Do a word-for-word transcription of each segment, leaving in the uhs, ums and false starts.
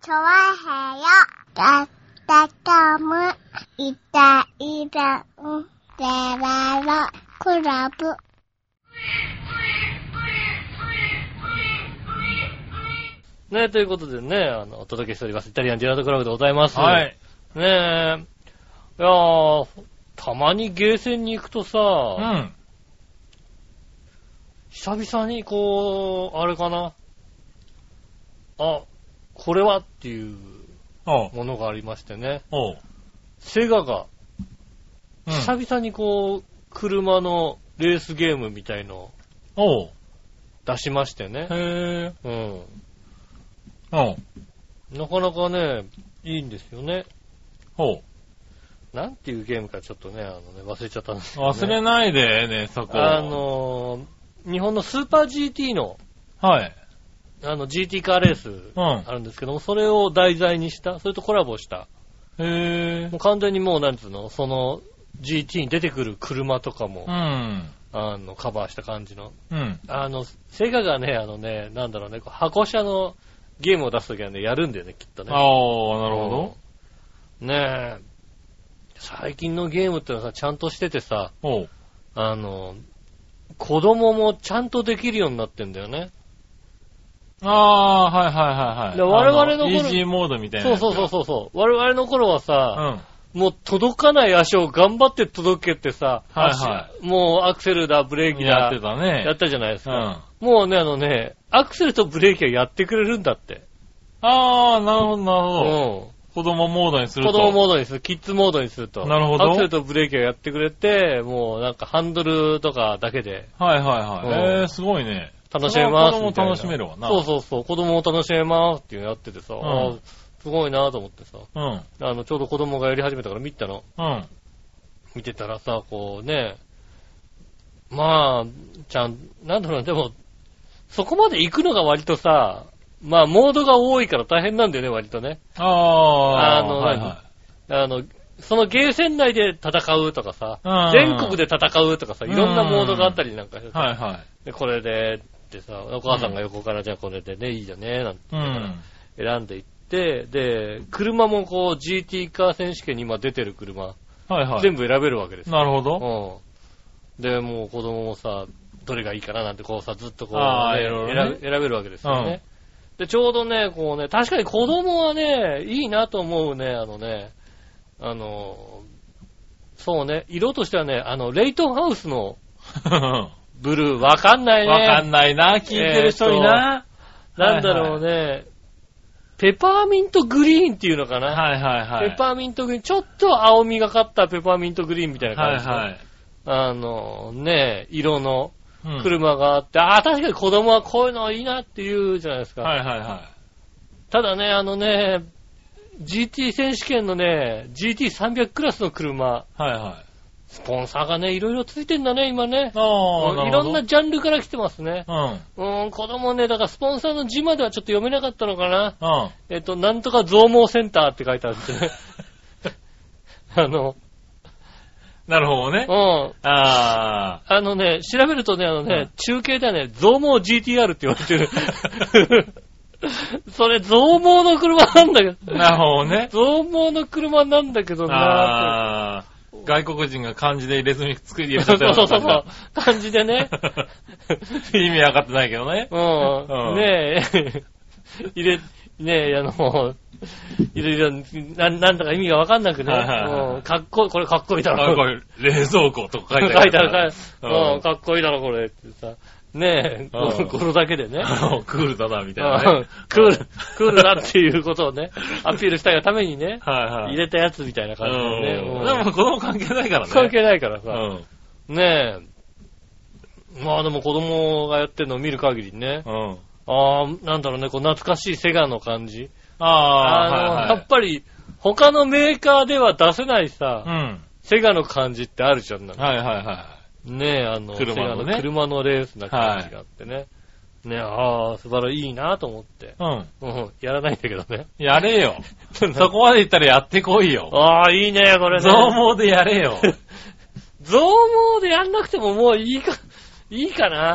チョワヘヨだったかむいたいたんでららクラブね、ということでね、あの、お届けしております。イタリアンジェラートクラブでございます。 はい。 ねえ、いやー、たまにゲーセンに行くとさ、 うん。 久々にこう、あれかな。あ、これはっていうものがありましてね。 おう。 セガが、 うん、 久々にこう、車のレースゲームみたいのを出しましてね。 へぇー。 うん。 おう。 なかなかね、いいんですよね。 ほう。 なんていうゲームかちょっとね、あのね、忘れちゃったんですけど、ね。 忘れないでね、そこ。 あのー、日本のスーパー ジーティー の、 はい。 あの ジーティー カーレース、あるんですけども、それを題材にした、それとコラボした。 へぇー。 もう完全にもう、なんつうの、その ジーティー に出てくる車とかも、 うん。 あの、カバーした感じの。 うん。 あの、セガがね、あのね、なんだろうね、箱車のゲームを出すときはね、やるんだよね、きっとね。 ああ、なるほど。ねえ。最近のゲームってのはさ、ちゃんとしててさ、 おう。 あの、子供もちゃんとできるようになってんだよね。 ああ、はいはいはいはい。 で我々の頃、 イージーモードみたいな。 そうそうそうそう。我々の頃はさ、 うん、 もう届かない足を頑張って届けてさ、 はいはい、 もうアクセルだ、ブレーキだ、 やってたね。 やったじゃないですか。うん、もうね、あのね、アクセルとブレーキはやってくれるんだって。 ああ、なるほどなるほど。 うん。 子供モードにすると。 子供モードにする。キッズモードにすると。 なるほど。 アクセルとブレーキをやってくれて、もうなんかハンドルとかだけで。 はいはいはい。うん、えー、すごいね。 楽しめますみたいな。 子供楽しめるわな。 そうそうそう。子供を楽しめますっていうのやっててさ、うん、あすごいなと思ってさ。 うん。 あの、ちょうど子供がやり始めたから見たの。 うん。 見てたらさ、こうね、まあ、ちゃん、なんだろうね、でも、そこまで行くのが割とさ、まあ、モードが多いから大変なんだよね、割とね。 ああ、 あの、 はいはい、 あの、そのゲーセン内で戦うとかさ、全国で戦うとかさ、いろんなモードがあったりなんかしてさ、 はいはい、 でこれでってさ、お母さんが横からじゃあこれでね、いいじゃね、なんて言ってから選んでいって、で、車もこう ジーティー カー選手権に今出てる車、 はいはい、 全部選べるわけですよ。 なるほど。 うん。で、もう子供もさ、どれがいいかななんてこうさ、ずっとこう、 ねね、選べるわけですよね。うん、で、ちょうどね、こうね、確かに子供はね、いいなと思うね、あのね、あの、そうね、色としてはね、あの、レイトンハウスのブルー、わかんないね。 わかんないな、聞いてる人にな。 えー、なんだろうね、はいはい、ペパーミントグリーンっていうのかな。 はいはいはい。 ペパーミントグリーン、ちょっと青みがかったペパーミントグリーンみたいな感じの、 はいはい、 あの、ね、色の車があって、うん、ああ、確かに子供はこういうのいいなって言うじゃないですか。 はいはいはい。 ただね、あのね、ジーティー 選手権のね、ジーティーさんびゃく クラスの車。 はいはい。 スポンサーがね、いろいろついてんだね、今ね。 ああ、 いろんなジャンルから来てますね。 うん。 うん、子供ね、だからスポンサーの字まではちょっと読めなかったのかな。 うん。 えっと、なんとか増毛センターって書いてあるんですね。あの、 なるほどね。 うん。 ああ。 あのね、調べるとね、あのね、うん、中継ではね、増毛 ジーティーアール って言われてる。それ、増毛の車なんだけど。 なるほどね。 増毛の車なんだけどなああ。外国人が漢字で入れずに作り入れちゃったよ。 そうそうそう。漢字でね。 意味わかってないけどね。 うん。うん、ねえ。入れ、ねえ、あの、いろいろ、な、なんだか意味がわかんなくね。 はいはいはい、 うん、かっこいい、これかっこいいだろ。 かっこいい。冷蔵庫とか書いてある。書いてある、うん、かっこいいだろ、これ。ってさ。ねえ、これだけでね。 クールだな、みたいな、ね。 クール、クールだっていうことをね、アピールしたいがためにね、 はいはい、 入れたやつみたいな感じでね。 うん、でも子供関係ないからね。 関係ないからさ。 うん、 ねえ。まあでも子供がやってるのを見る限りね。 うん、 ああ、なんだろうね、こう懐かしいセガの感じ。 ああ、 あの、 はいはい、 やっぱり他のメーカーでは出せないさ、 うん、 セガの感じってあるじゃん。 はいはいはい。 ねえ、あの、 車のね、 車のレースな感じがあってね。はい、ねえ、ああ、素晴らしいなと思って。 うん。 うん。やらないんだけどね。 やれよ。そこまで言ったらやってこいよ。 ああ、いいね、これね。 増毛でやれよ。 増毛でやんなくてももういいか、いいかな。う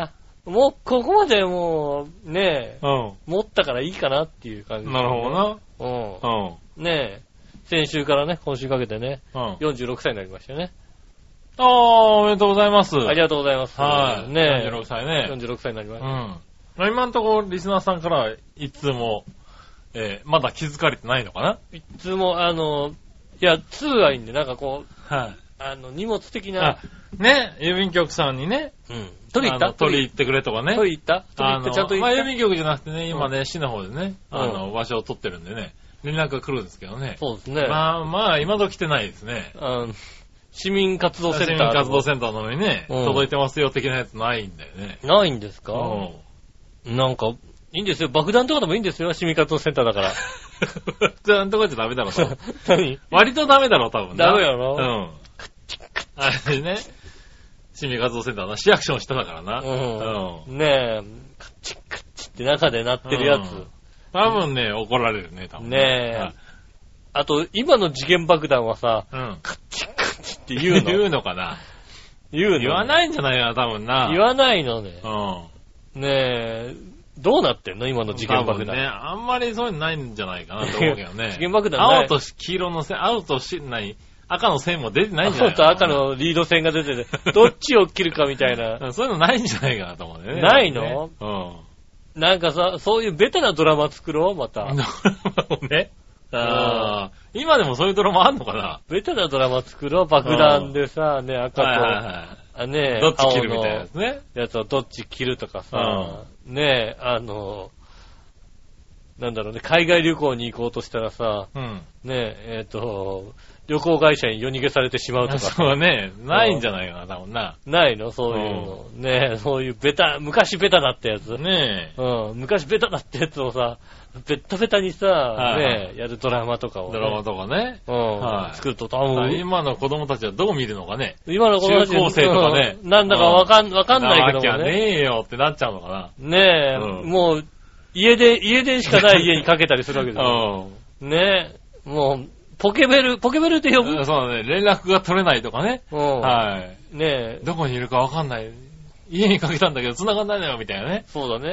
もう、ここまでもう、ねえ、 うん。 持ったからいいかなっていう感じ、ね。 なるほどな。 うん。 うん。 ねえ、先週からね、今週かけてね、 うん。 よんじゅうろくさいになりましたよね。 ああ、おめでとうございます。 ありがとうございます。 はい。 ねえ。 よんじゅうろくさいね。 よんじゅうろくさいになりましうた。 ん。今んところ、リスナーさんからは一通も、えー、まだ気づかれてないのかな？ いつも、あの、いや、通はいいんで、なんかこう、 はい。 あの、荷物的な。 あ、ね、郵便局さんにね、 うん。取り行った取り行ってくれとかね。 取り行った取り行あの、 ってちゃんと行った。 まあ、郵便局じゃなくてね、今ね、 うん、 市の方でね、あの、場所を取ってるんでね、連絡が来るんですけどね。 そうですね。 まあ、まあ、今時来てないですね。 あの、市民活動センター。 市民活動センターなのにね、 うん、 届いてますよ的なやつないんだよね。 ないんですか？ うん。 なんか、いいんですよ。爆弾とかでもいいんですよ。市民活動センターだから。 爆弾とかじゃダメだろ、多分。 何？ 割とダメだろ、多分。 ダメやろ？ うん。あれね。市民活動センターな、市役所の下だからな。 うん。ねえ、カッチッカッチって中で鳴ってるやつ。うん、 多分ね、怒られるね、多分。 ねえ。はい、あと、今の次元爆弾はさ、 うん、 カッチッカッチって言うの言うのかな言うの、ね、 言わないんじゃないかな、多分な。 言わないのね。 うん。 ねえ、どうなってんの今の次元爆弾。 ね、あんまりそういうのないんじゃないかなと思うけどね。 次元爆弾ない。 青と黄色の線、青とし、何赤の線も出てないんじゃないかな。青と赤のリード線が出てて、どっちを切るかみたいな。 そういうのないんじゃないかなと思うんだよね。 ないの、 ね、うん。 なんかさ、そういうベタなドラマ作ろうまた。 ドラマをね。ああ、今でもそういうドラマあんのかな？ ベタなドラマ作ろう爆弾でさ、ね、赤と、はいはいはい、ね、 どっち切るみたいなやつね。 やつをどっち切るとかさ、うん、ね、あの、なんだろうね、海外旅行に行こうとしたらさ、うん、ね、えっと、旅行会社に夜逃げされてしまうとか。 そうね。ないんじゃないかな、多分な。 ないのそういうの。うん、ねえ、そういうベタ、昔ベタだったやつ。 ねえ。 うん。昔ベタだったやつをさ、ベッタベタにさ、はいはい、ねえ、やるドラマとかを、ね。 ドラマとかね。 うん。はい、作ると多分。 今の子供たちはどう見るのかね。 今の子供たちは。 中高生とかね。 うん、なんだかわかん、わかんないけどもね。 なわきゃねえよってなっちゃうのかな。 ねえ、うん、もう、家で、家でしかない家にかけたりするわけですよ。うん。ねえ、もう、ポケベル、ポケベルって呼ぶ、 うん、そうだね。連絡が取れないとかね。 うん。 はい。 ねえ。 どこにいるかわかんない。家にかけたんだけど繋がんないのよ、みたいなね。 そうだね。 うん。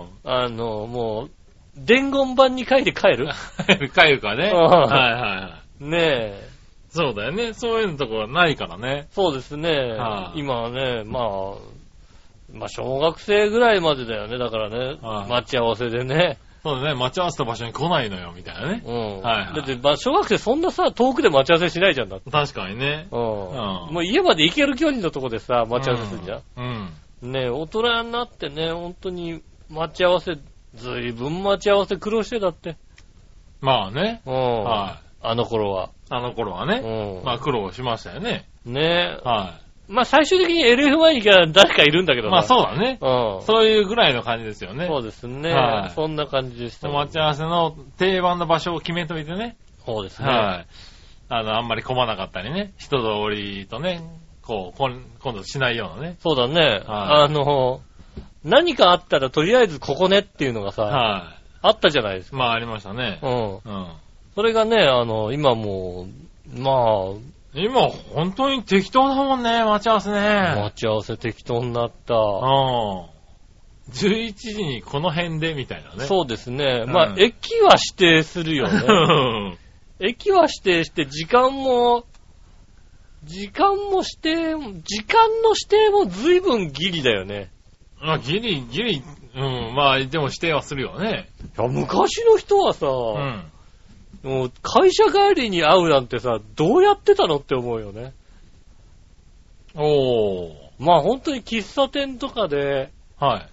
あの、もう、伝言板に書いて帰る帰るかね。 うん、 はいはいはい。 ねえ。 そうだよね。そういうのとこはないからね。 そうですね。 はあ、 今はね、まあ、まあ、小学生ぐらいまでだよね。だからね、はあ、待ち合わせでね。 そうだね。待ち合わせた場所に来ないのよ、みたいなね。 うん。 はい、はい。 だって、まあ、小学生そんなさ、遠くで待ち合わせしないじゃんだって。 確かにね。 うん。うん、もう家まで行ける距離のとこでさ、待ち合わせするじゃん。 うん。 うん、ねえ、大人になってね、本当に待ち合わせ、ずいぶん待ち合わせ苦労してだって。 まあね。 うん。はい。あの頃は。 あの頃はね。 うん。 まあ苦労しましたよね。 ねえ。はい。 まあ最終的に エルエフ 前に誰かいるんだけどね。 まあそうだね。 うん。 そういうぐらいの感じですよね。 そうですね。 はい。 そんな感じでした、ね。 待ち合わせの定番の場所を決めといてね。 そうですね。 はい。あの、あんまり混まなかったりね。人通りとね、こう、今度しないようなね。 そうだね。はい。あの、何かあったらとりあえずここねっていうのがさ、はい。あったじゃないですか。 まあありましたね。 うん。うん。それがね、あの、今もう、まあ、 今、本当に適当だもんね、待ち合わせね。 待ち合わせ適当になった。 うん。じゅういちじにこの辺で、みたいなね。 そうですね。うん、まあ、駅は指定するよね。駅は指定して、時間も、時間も指定、時間の指定も随分ギリだよね。 まあ、ギリ、ギリ、うん、まあ、でも指定はするよね。 いや、昔の人はさ、うん。もう会社帰りに会うなんてさ、どうやってたのって思うよね。 おー。 まあ本当に喫茶店とかで、 はい。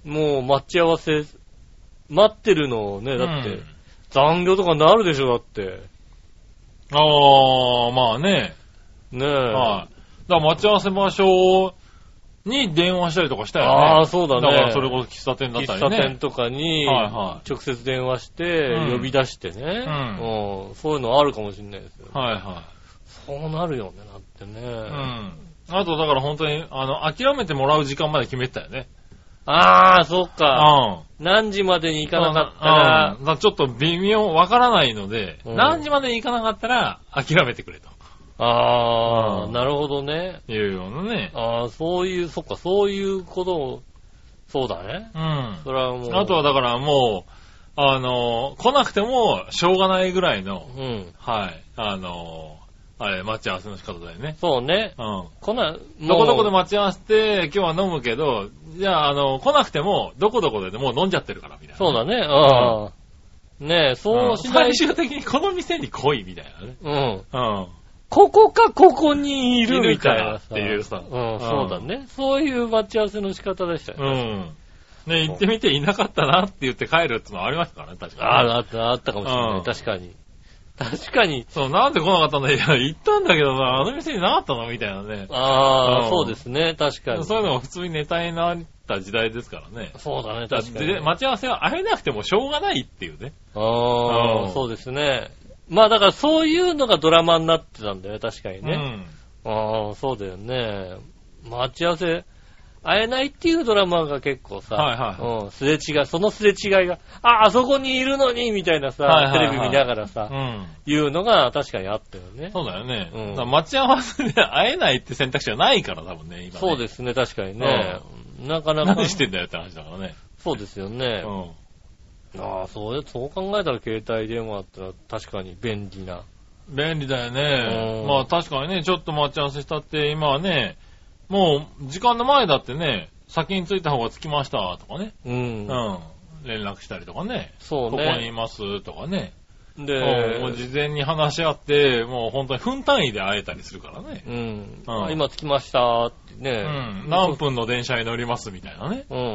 もう待ち合わせ、待ってるのをね、だって、うん、残業とかなるでしょ、だって。 あー、まあね。 ねえ。 はい。だから待ち合わせ場所に電話したりとかしたよね。 ああ、そうだね。 だからそれこそ喫茶店だったりね。 喫茶店とかに、直接電話して、呼び出してね、うんうん。そういうのあるかもしれないですよ。 はいはい。 そうなるよね、だってね。うん。あとだから本当に、あの、諦めてもらう時間まで決めてたよね。 ああ、そっか。 うん。 何時までに行かなかったら。 うん。だちょっと微妙、わからないので、うん、何時までに行かなかったら諦めてくれと。 ああ、うん、なるほどね。 いうようなね。 ああ、そういう、そっか、そういうことを、 そうだね。 うん。 それはもう。 あとはだからもう、あの、来なくてもしょうがないぐらいの、 うん。 はい。あの、あれ、待ち合わせの仕方だよね。 そうね。 うん。 来な、 どこどこで待ち合わせて、今日は飲むけど、じゃあ、あの、来なくても、どこどこでもう飲んじゃってるから、みたいな。 そうだね。ああ。ねえ、そうしない、 うん、最終的にこの店に来い、みたいなね。うん。うん。 ここかここにいるみたいなさ。 っていうさ。 うん、そうだね。そういう待ち合わせの仕方でしたよね。 うん。ね、行ってみていなかったなって言って帰るっていうのはありましたからね、確かに。 ああ、あった、あったかもしれない。うん、確かに。確かに。 そう、なんで来なかったんだいや、行ったんだけどな、あの店になかったのみたいなね。 ああ、うん、そうですね、確かに。 そういうのが普通にネタになった時代ですからね。 そうだね、確かに。 で、待ち合わせは会えなくてもしょうがないっていうね。 ああ、うん、そうですね。まあだからそういうのがドラマになってたんだよね、確かにね。うん。ああ、そうだよね。待ち合わせ、会えないっていうドラマが結構さ、 はいはい、 うん、すれ違い、そのすれ違いが、あ、あそこにいるのに、みたいなさ、はいはいはい、テレビ見ながらさ、うん、いうのが確かにあったよね。 そうだよね。うん、だから待ち合わせで会えないって選択肢はないから多分ね、今ね。 そうですね、確かにね。うん、なかなか。 何してんだよって話だからね。 そうですよね。うん、ああ、そう、そう考えたら携帯電話ってのは確かに便利な。 便利だよね。まあ確かにね、ちょっと待ち合わせしたって今はね、もう、時間の前だってね、先に着いた方が着きましたとかね。うん。うん。連絡したりとかね。 そうね。 ここにいますとかね。 で、 もう事前に話し合って、もう本当に分単位で会えたりするからね。 うん。うん、今着きましたってね。 うん。何分の電車に乗りますみたいなね。 うん。うん。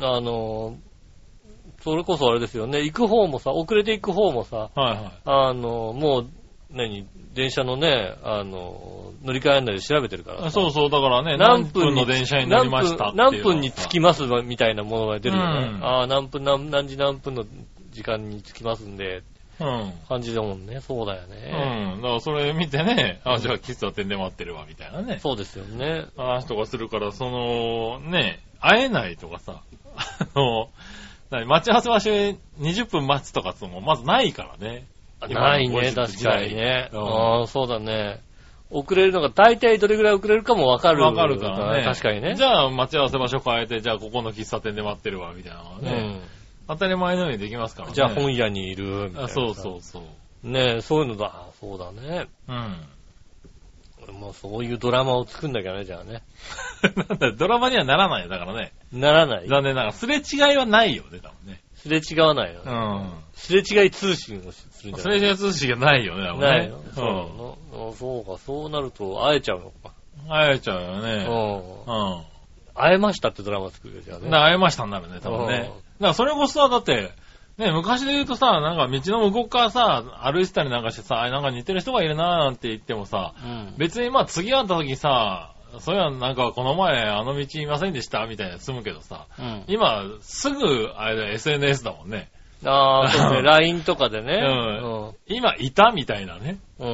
あの、それこそあれですよね。行く方もさ、遅れて行く方もさ、 はいはい。 あの、もう、何電車のね、あの、乗り換えないで調べてるから。 そうそう、だからね、何分の電車に乗りましたっていう。 何分に着きますみたいなものが出るよね。うん、ああ、何分何、何時何分の時間に着きますんで、うん。感じだもんね。そうだよね。 うん。だからそれ見てね、あ、じゃあ喫茶店で待ってるわ、みたいなね。 そうですよね。 話とかするから、その、ね、会えないとかさ、あの、待ち合わせ場所でにじゅっぷん待つとかってもまずないからね。 ないね、確かにね。うん、ああ、そうだね。遅れるのが大体どれぐらい遅れるかもわかる。 わかるからね。 確かにね。 じゃあ待ち合わせ場所変えて、じゃあここの喫茶店で待ってるわ、みたいなのがね、うん。当たり前のようにできますからね。 じゃあ本屋にいる、みたいな。 そうそうそう。 ねえ、そういうのだ。そうだね。うん。もうそういうドラマを作んなきゃね、じゃあね。 なんだ、ドラマにはならないよ、だからね。 ならない。 残念ながら、すれ違いはないよね、多分ね。 すれ違わないよ、ね。うん。すれ違い通信をするんじゃない？ すれ違い通信がないよね、多分ね。 ないよ。そう、うん、そうか、そうなると会えちゃうのか。 会えちゃうよね。うん。うん。 会えましたってドラマ作るよ、じゃあね。 会えましたになるね、多分ね。だからそれこそさ、だって、ね、昔で言うとさ、なんか道の向こうからさ、歩いてたりなんかしてさ、なんか似てる人がいるなーなんて言ってもさ、うん、別にまあ次会った時さ、そういやなんかこの前あの道いませんでしたみたいな済むけどさ、うん、今すぐあれだ エスエヌエス だもんね。 ああ、そうね、ライン とかでね、 うんうん。今いたみたいなね。うん。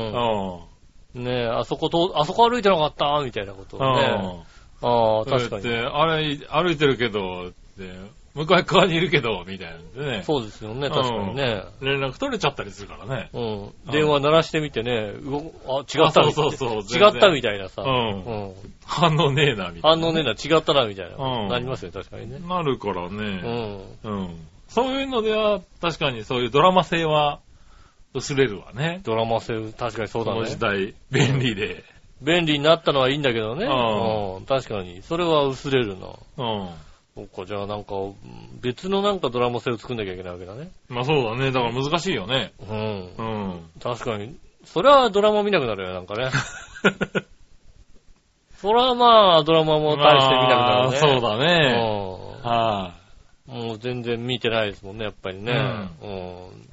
うん、ねえ、あそこと、あそこ歩いてなかったみたいなことをね。うん、ああ、確かに。 で、あれ、歩いてるけど、って向かい側にいるけど、みたいなんでね。 そうですよね、確かにね、 うん。連絡取れちゃったりするからね。 うん。電話鳴らしてみてね、うあ、違ったみたいな。そうそうそう。違ったみたいなさ。うん。うん、 反応ねえな、みたいな。 反応ねえな、違ったな、みたいな。うん。なりますよ、確かにね。 なるからね。うん。うん。そういうのでは、確かにそういうドラマ性は薄れるわね。 ドラマ性、確かにそうだね。 この時代、便利で。 便利になったのはいいんだけどね。うん。確かに。それは薄れるな。うん。そっか、じゃあなんか、別のなんかドラマ性を作んなきゃいけないわけだね。 まあそうだね。だから難しいよね。 うん。うん。確かに。それはドラマ見なくなるよ、なんかね。それはまあ、ドラマも大して見なくなるね。 まあ、そうだね。うん。はい、 もう全然見てないですもんね、やっぱりね。うん。うん、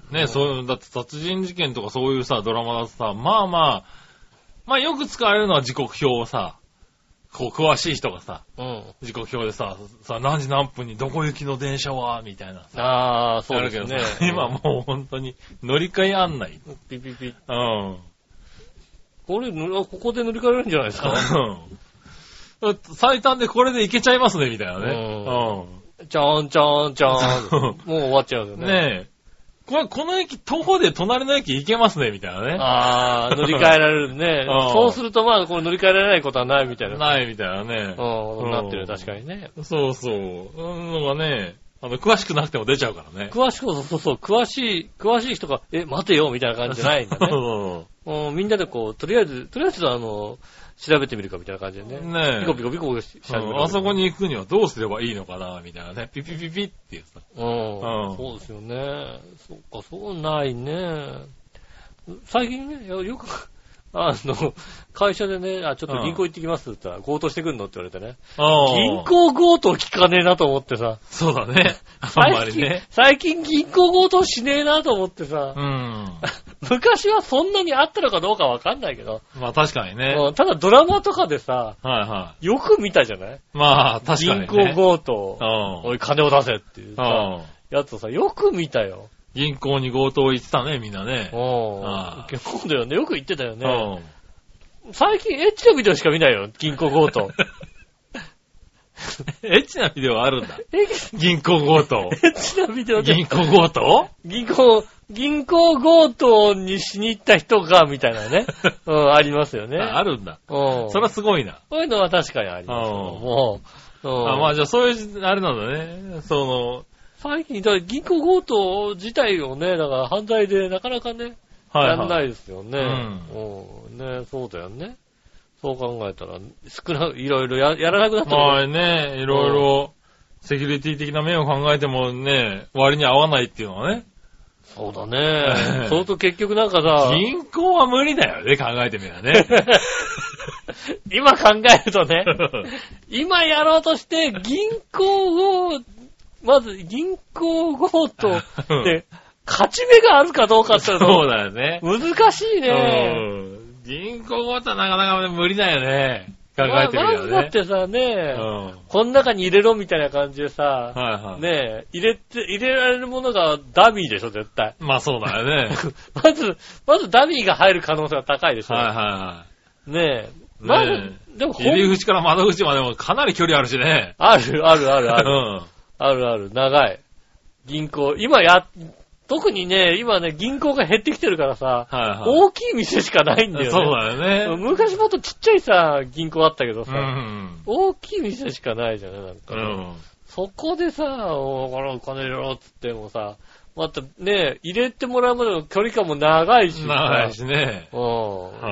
ね、そう、だって殺人事件とかそういうさ、ドラマだとさ、まあまあ、まあよく使われるのは時刻表をさ、こう、詳しい人がさ、うん、時刻表でさ、さ、何時何分にどこ行きの電車は、みたいな。 ああ、そうですね。 今もう本当に乗り換え案内。 ピピピ。 うん。 これ、ここで乗り換えれるんじゃないですか。 うん。最短でこれで行けちゃいますね、みたいなね。 うん。ちゃーんちゃーんちゃーん。もう終わっちゃうよね。 ねえ。 これ、この駅、徒歩で隣の駅行けますね、みたいなね。 ああ、乗り換えられるね。そうすると、まあ、これ乗り換えられないことはないみたいな。 ないみたいなね。 うん、なってる、確かにね。 そうそう。のがね、あの、詳しくなくても出ちゃうからね。 詳しく、そうそうそう、詳しい、詳しい人が、え、待てよ、みたいな感じじゃないんだね。そううん、みんなでこう、とりあえず、とりあえず、あの、調べてみるかみたいな感じでね。 ねえ。 ピコピコピコしちゃう。 あそこに行くにはどうすればいいのかな、みたいなね。ピピピピっていうさ。 うん。うん、そうですよね。そっか、そうないね。最近ね、よく、あの、会社でね、あ、ちょっと銀行行ってきますって言ったら、強盗してくんのって言われてね。銀行強盗聞かねえなと思ってさ。 そうだね。あんまりね。 最近銀行強盗しねえなと思ってさ。 うん。 昔はそんなにあったのかどうかわかんないけど。 まあ確かにね。 うん、ただドラマとかでさ、 はいはい。 よく見たじゃない？ まあ確かにね。 銀行強盗。おい、金を出せっていうさ、やつをさ、よく見たよ。 銀行に強盗行ってたね、みんなね。 うん。そうだよね。よく言ってたよね。 うん。 最近エッチなビデオしか見ないよ、銀行強盗。 エッチなビデオあるんだ。銀行強盗。 エッチなビデオで。 銀行強盗銀行、銀行強盗にしに行った人が、みたいなね。うん、ありますよね。 あ, あるんだ。 うん。 それはすごいな。 そういうのは確かにありますよ。もう。うん。あ、まあじゃあそういう、あれなんだね。その、 最近、だから銀行強盗自体をね、だから犯罪でなかなかね、はいはい、やんないですよね。うん。ね、そうだよね。そう考えたら、少な、いろいろや、やらなくなった。 まあね、いろいろ、セキュリティ的な面を考えてもね、割に合わないっていうのはね。 そうだね。そうすると結局なんかさ、 銀行は無理だよね、考えてみればね。 今考えるとね、今やろうとして、銀行を、まず銀行強盗って、勝ち目があるかどうかっていうのそうだよね。 難しいね。 うん銀行強盗はなかなか無理だよね。考えてみるとね。 まずだってさ、ね、うん、この中に入れろみたいな感じでさ、はいはい、ね入れて、入れられるものがダミーでしょ、絶対。 まあそうだよね。 まず、まずダミーが入る可能性が高いでしょ。 はいはいはい。 ねえ。まず、ね、 でも入り口から窓口までもかなり距離あるしね。 ある、ある、ある、ある。 うん、 あるある、長い。銀行、今や、特にね、今ね、銀行が減ってきてるからさ、はいはい、大きい店しかないんだよね。 そうだよね。 昔もっとちっちゃいさ、銀行あったけどさ、 うん、 大きい店しかないじゃない、なんか、ねうん。そこでさ、お金入れろっつってもさ、またね、入れてもらうまでの距離感も長いし。 長いしね。 うん。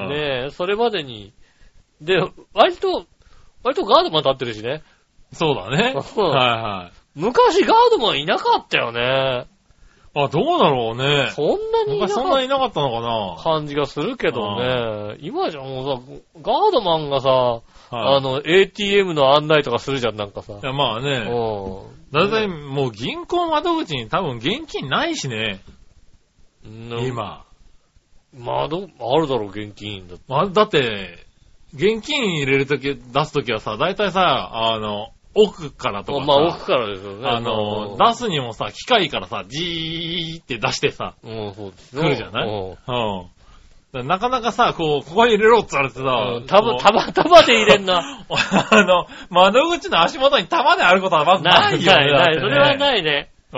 ねそれまでに、で、割と、割とガードマン立ってるしね。 そうだね。はいはい。 昔ガードマンいなかったよね。 あ、どうだろうね。 そんなにいなかった。 そんなにいなかったのかな感じがするけどね。今じゃもうさ、ガードマンがさ、はい、あの、エーティーエム の案内とかするじゃん、なんかさ。いや、まあね。うん。だいたいもう銀行窓口に多分現金ないしね。今。 窓、あるだろ、現金だって。 ま、だって、現金入れるとき、出すときはさ、だいたいさ、あの、奥からとかさ。 まあ奥からですよね。 あの、出すにもさ、機械からさ、ジーって出してさ、 うん、そうですね。来るじゃないうん。なかなかさ、こう、ここに入れろって言われてさ、 うん、束、束、束で入れんな。 あの、窓口の足元に束であることはまずないよね。 ない、ない、それはないね。 うん。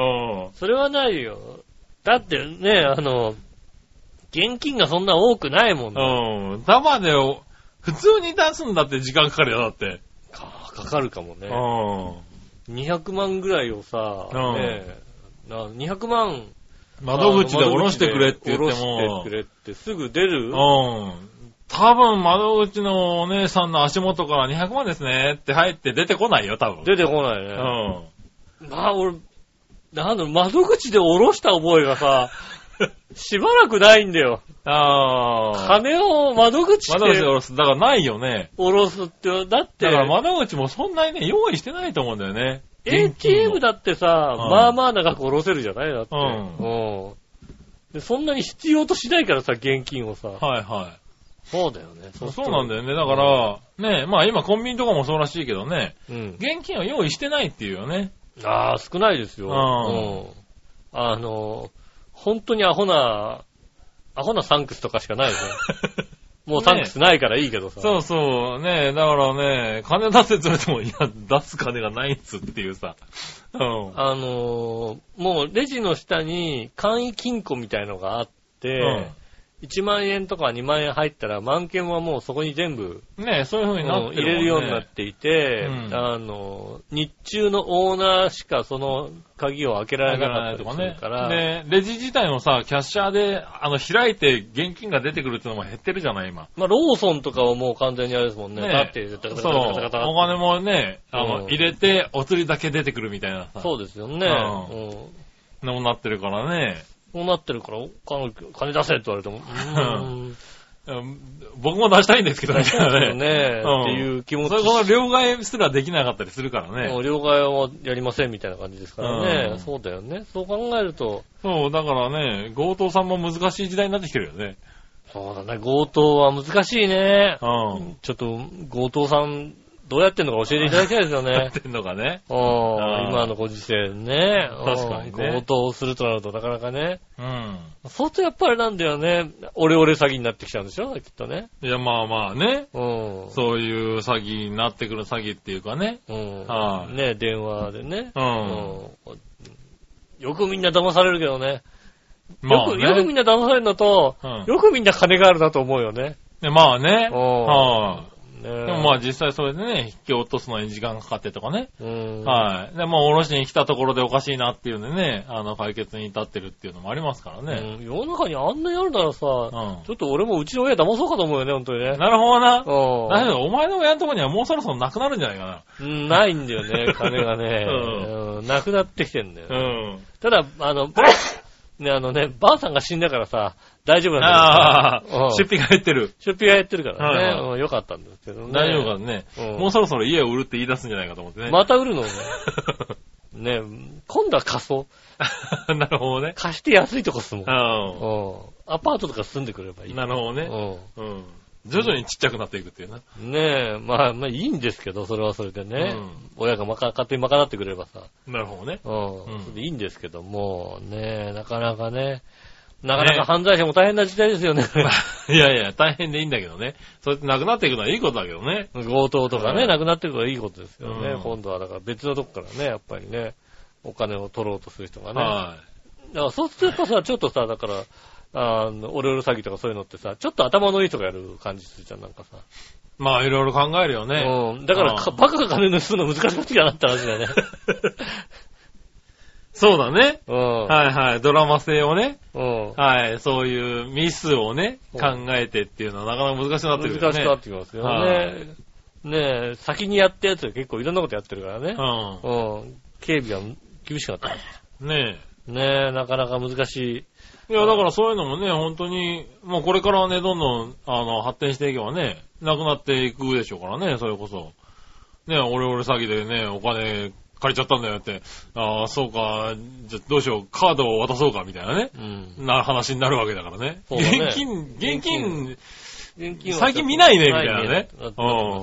それはないよ。だってね、あの、現金がそんな多くないもんね。うん。束で、普通に出すんだって時間かかるよ、だって。 か、かかるかもね。 うん。 にひゃくまんぐらいをさ、うん、ねえ、にひゃくまん、 窓口で下ろしてくれって言っても。 下ろしてくれってすぐ出る？ うん。多分窓口のお姉さんの足元からにひゃくまんですねって入って出てこないよ、多分。 出てこないね。 うん。 まあ俺、なんだろ、窓口で下ろした覚えがさ、しばらくないんだよ。 ああ。 金を窓口で。 窓口で下ろす。だからないよね。 下ろすって、だって。 だから窓口もそんなにね、用意してないと思うんだよね。 エーティーエム だってさ、うん、まあまあ長く下ろせるじゃないだって。うん。うん。で、そんなに必要としないからさ、現金をさ。 はいはい。 そうだよね。 そうそうなんだよね。だから、ね、まあ今コンビニとかもそうらしいけどね。うん。現金を用意してないっていうよね。 ああ、少ないですよ。うん。あの、本当にアホな、アホなサンクスとかしかないですね。 もうサンクスないからいいけどさ。 そうそう、ね、だからね、金出せって言われても、いや、出す金がないっつっていうさ。うん。 あのー、もうレジの下に簡易金庫みたいのがあって、うん、いちまんえんとかにまんえん入ったら、満券はもうそこに全部、 ね、そういう風になってるもんね、 入れるようになっていて、うん、あの、日中のオーナーしかその鍵を開けられなかったりするから。 ね、で、レジ自体もさ、キャッシャーで、あの、開いて現金が出てくるっていうのも減ってるじゃない、今。 まあ、ローソンとかはもう完全にあれですもんね。ねだって、 そう、お金もね、あの、うん、入れて、お釣りだけ出てくるみたいなさ。 そうですよね。うん。 のもなってるからね。 そうなってるから、金出せって言われても。 うん、僕も出したいんですけどね。 ねうん、っていう気持ち。 それこの両替すらできなかったりするからね。 両替はやりませんみたいな感じですからね、うん。そうだよね。そう考えると。 そう、だからね、強盗さんも難しい時代になってきてるよね。 そうだね、強盗は難しいね。うん、ちょっと、強盗さん、どうやってんのか教えていただきたいですよね。 どうやってんのかね。 今のご時世ね。 確かにね。 強盗をするとなるとなかなかね。 うん。 相当やっぱりなんだよね。オレオレ詐欺になってきちゃうんでしょきっとね。 いや、まあまあね。 うん。 そういう詐欺になってくる詐欺っていうかね。 うん。はい。ね、電話でね。うん。よくみんな騙されるけどね。よく、よくみんな騙されるのと、よくみんな金があるなと思うよね。 まあね。はい。でもまあ実際それでね、引き落とすのに時間かかってとかね。 うん、 はい。で、もうおろしに来たところでおかしいなっていうんでね、あの、解決に至ってるっていうのもありますからね。 うん、世の中にあんなにあるならさ、うん、ちょっと俺もうちの親騙そうかと思うよね、ほんとにね。 なるほどな。 うん。 だけど、お前の親のところにはもうそろそろなくなるんじゃないかな。 うん、ないんだよね、金がね。うん。なくなってきてんだよ、ね。 うん。 ただ、あの、ね、あのね、ばあさんが死んだからさ、大丈夫なんだけど。ああ、出費が減ってる。 出費が減ってるからね。はいはい、うん、よかったんですけどね。 大丈夫かね、うん。もうそろそろ家を売るって言い出すんじゃないかと思ってね。 また売るのね。ね、今度は貸そう。 なるほどね。 貸して安いとこ住もう。 うん。 アパートとか住んでくればいい。 なるほどね。うん。うん。徐々にちっちゃくなっていくっていうな。 ねえ、まあ、まあいいんですけど、それはそれでね。うん、親がまか、勝手に賄ってくれればさ。 なるほどね。 うん。うん、それでいいんですけども、ねえ、なかなかね、なかなか犯罪者も大変な時代ですよね。ねいやいや、大変でいいんだけどね。そうやってなくなっていくのはいいことだけどね。 強盗とかね、なくなっていくのはいいことですよね。うん、今度はだから別のとこからね、やっぱりね、お金を取ろうとする人がね。はい。だからそうするとさ、ちょっとさ、だから、あの、オレオレ詐欺とかそういうのってさ、ちょっと頭のいい人がやる感じするじゃん、なんかさ。 まあ、いろいろ考えるよね。 うん。だからか、バカが金盗むの難しくなってきたなって話だよね。 そうだね。 うん。 はいはい。ドラマ性をね。 うん。 はい。そういうミスをね、考えてっていうのはなかなか難しくなってくるよね。 難しくなってきますよね。ねえ、先にやったやつが結構いろんなことやってるからね。うん。うん。警備は厳しくなってます。 ねえ。ねえ、なかなか難しい。 いや、だからそういうのもね、本当に、もうこれからはね、どんどん、あの、発展していけばね、なくなっていくでしょうからね、それこそ。ね、オレオレ詐欺でね、お金借りちゃったんだよって、ああ、そうか、じゃどうしよう、カードを渡そうか、みたいなね、うん、な話になるわけだからね。そうだね、現金、現金、現金最近見ないね、みたいなね。うん。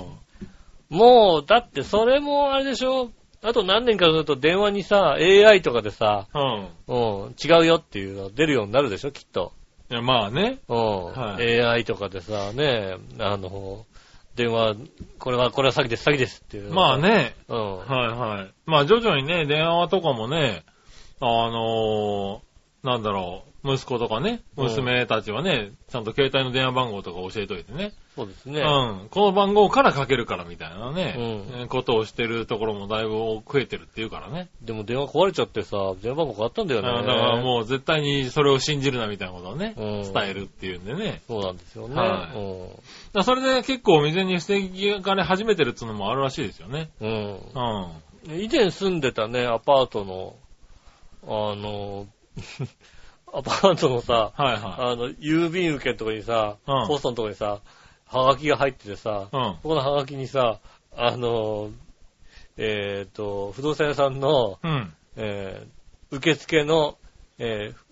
もう、だってそれもあれでしょ、あと何年かすると電話にさ、エーアイ とかでさ、うん。うん、違うよっていうのが出るようになるでしょ、きっと。 いや、まあね。 うん。はい、エーアイ とかでさ、ね、あの、電話、これは、これは詐欺です、詐欺ですっていう。 まあね。 うん。 はいはい。まあ徐々にね、電話とかもね、あのー、なんだろう。息子とかね、娘たちはね、ちゃんと携帯の電話番号とか教えといてね。 そうですね。 うん。この番号からかけるからみたいなね、うん、ことをしてるところもだいぶ増えてるっていうからね。 でも電話壊れちゃってさ、電話番号変わったんだよね。 だからもう絶対にそれを信じるなみたいなことをね、うん、伝えるっていうんでね。 そうなんですよね。 はい。うん、だそれで結構未然に防ぎ金始めてるっていうのもあるらしいですよね。 うん。うん。以前住んでたね、アパートの、あの、アパートのさ、 はいはい、 あの、郵便受けのとこにさ、うん、ポストのとこにさ、はがきが入っててさ、うん、ここのはがきにさ、あの、えっ、ー、と、不動産屋さんの、うん、えー、受付の、えー、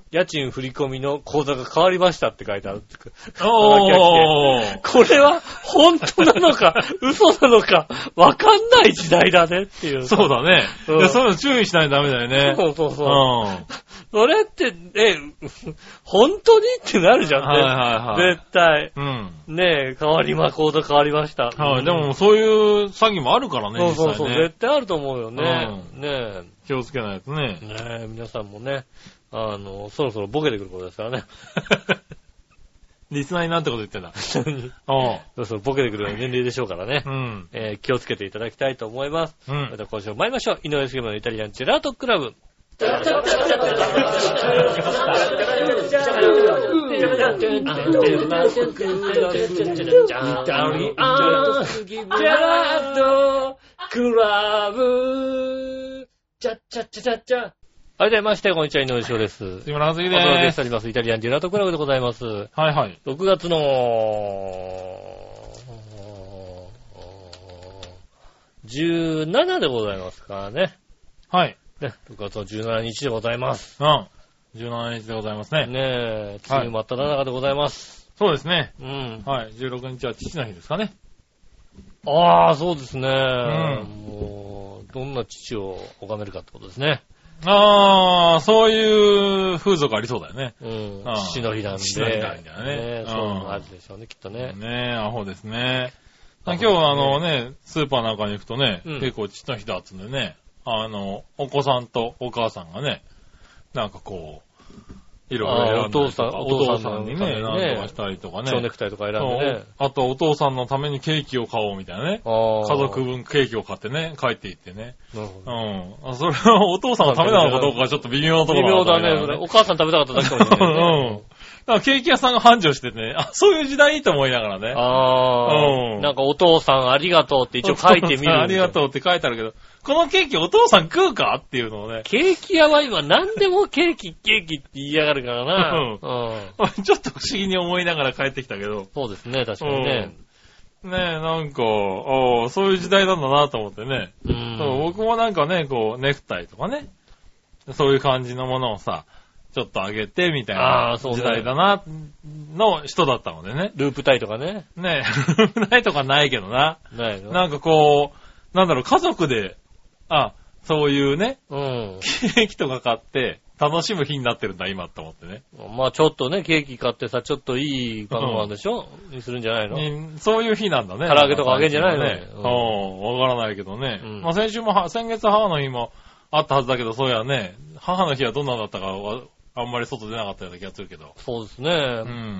家賃振り込みの口座が変わりましたって書いてある。 おー。 これは本当なのか嘘なのかわかんない時代だねっていう。 そうだね。 うん、 いや、そういうの注意しないとダメだよね。 そうそうそう。 うん。 それって、え、本当にってなるじゃんね。 はいはいはい。 絶対。 うん。 ねえ、変わりま、口座変わりました。 はい、うん、でもそういう詐欺もあるからね、 そうそうそう、 ね、 絶対あると思うよね。うん、ねえ。 気をつけないとね。 ねえ、皆さんもね、あの、そろそろボケてくることですからね。 リスナーになんてこと言ってんだ。 おう。そろそろボケてくる年齢でしょうからね。 うん。 えー、気をつけていただきたいと思います。 うん。 それでは今週も参りましょう。井上杉村のイタリアンジェラートクラブ。はい、ではまして、こんにちは、井上翔です。 杉村和樹です。 お届けしております、イタリアンジェラートクラブでございます。 はいはい。 ろくがつの、じゅうしちでございますからね。 はい。 ね、ろくがつのじゅうしちにちでございます。 うん。じゅうしちにちでございますね。 ねえ、梅雨真っ只中でございます。 そうですね。 うん。 はい。じゅうろくにちは父の日ですかね。 ああ、そうですね。 うん。 もう、どんな父を拝めるかってことですね。 ああ、そういう風俗ありそうだよね。 うん。父の日なんで。 父の日なんだよね。 ねそういうのあるでしょうね、きっとね。 ねえ、アホですね。今日あのね、スーパーなんかに行くとね、うん、結構父の日だっつんでね、あの、お子さんとお母さんがね、なんかこう、いろいろ選んだりとか、お父さん、お父さんにね、なんとかしたりとかね。 蝶ネクタイとか選んでね。 あとお父さんのためにケーキを買おうみたいなね。家族分ケーキを買ってね、帰っていってね。 なるほど。 うん。それはお父さんが食べたのかどうかがちょっと微妙なところだね。微妙だね、それ。お母さん食べたかっただけかもしれない、ね。 うん。だからケーキ屋さんが繁盛しててね、あ、そういう時代いいと思いながらね。 ああ。うん。なんかお父さんありがとうって一応書いてみる。 ありがとうって書いてあるけど、このケーキお父さん食うかっていうのをね。 ケーキ屋は今何でもケーキ、ケーキって言いやがるからな。 うん。うん、ちょっと不思議に思いながら帰ってきたけど。 そうですね、確かにね。 うん、ねえ、なんか、あそういう時代なんだなと思ってね。うん。そう僕もなんかね、こう、ネクタイとかね。そういう感じのものをさ、ちょっとあげてみたいな時代だな、の人だったのでね。 ループタイとかね。 ねえ、ループタイとかないけどな。 ないの？ なんかこう、なんだろう、家族で、あ、そういうね、 うん、 ケーキとか買って、楽しむ日になってるんだ、今って思ってね。 まあちょっとね、ケーキ買ってさ、ちょっといい晩ご飯でしょ、うん、にするんじゃないの、 うん、そういう日なんだね。 唐揚げとかあげんじゃないのね。 うん、わからないけどね。うん、まあ先週も、先月母の日もあったはずだけど、そうやね、母の日はどんなだったかは、あんまり外出なかったような気がするけど。 そうですね。 うん。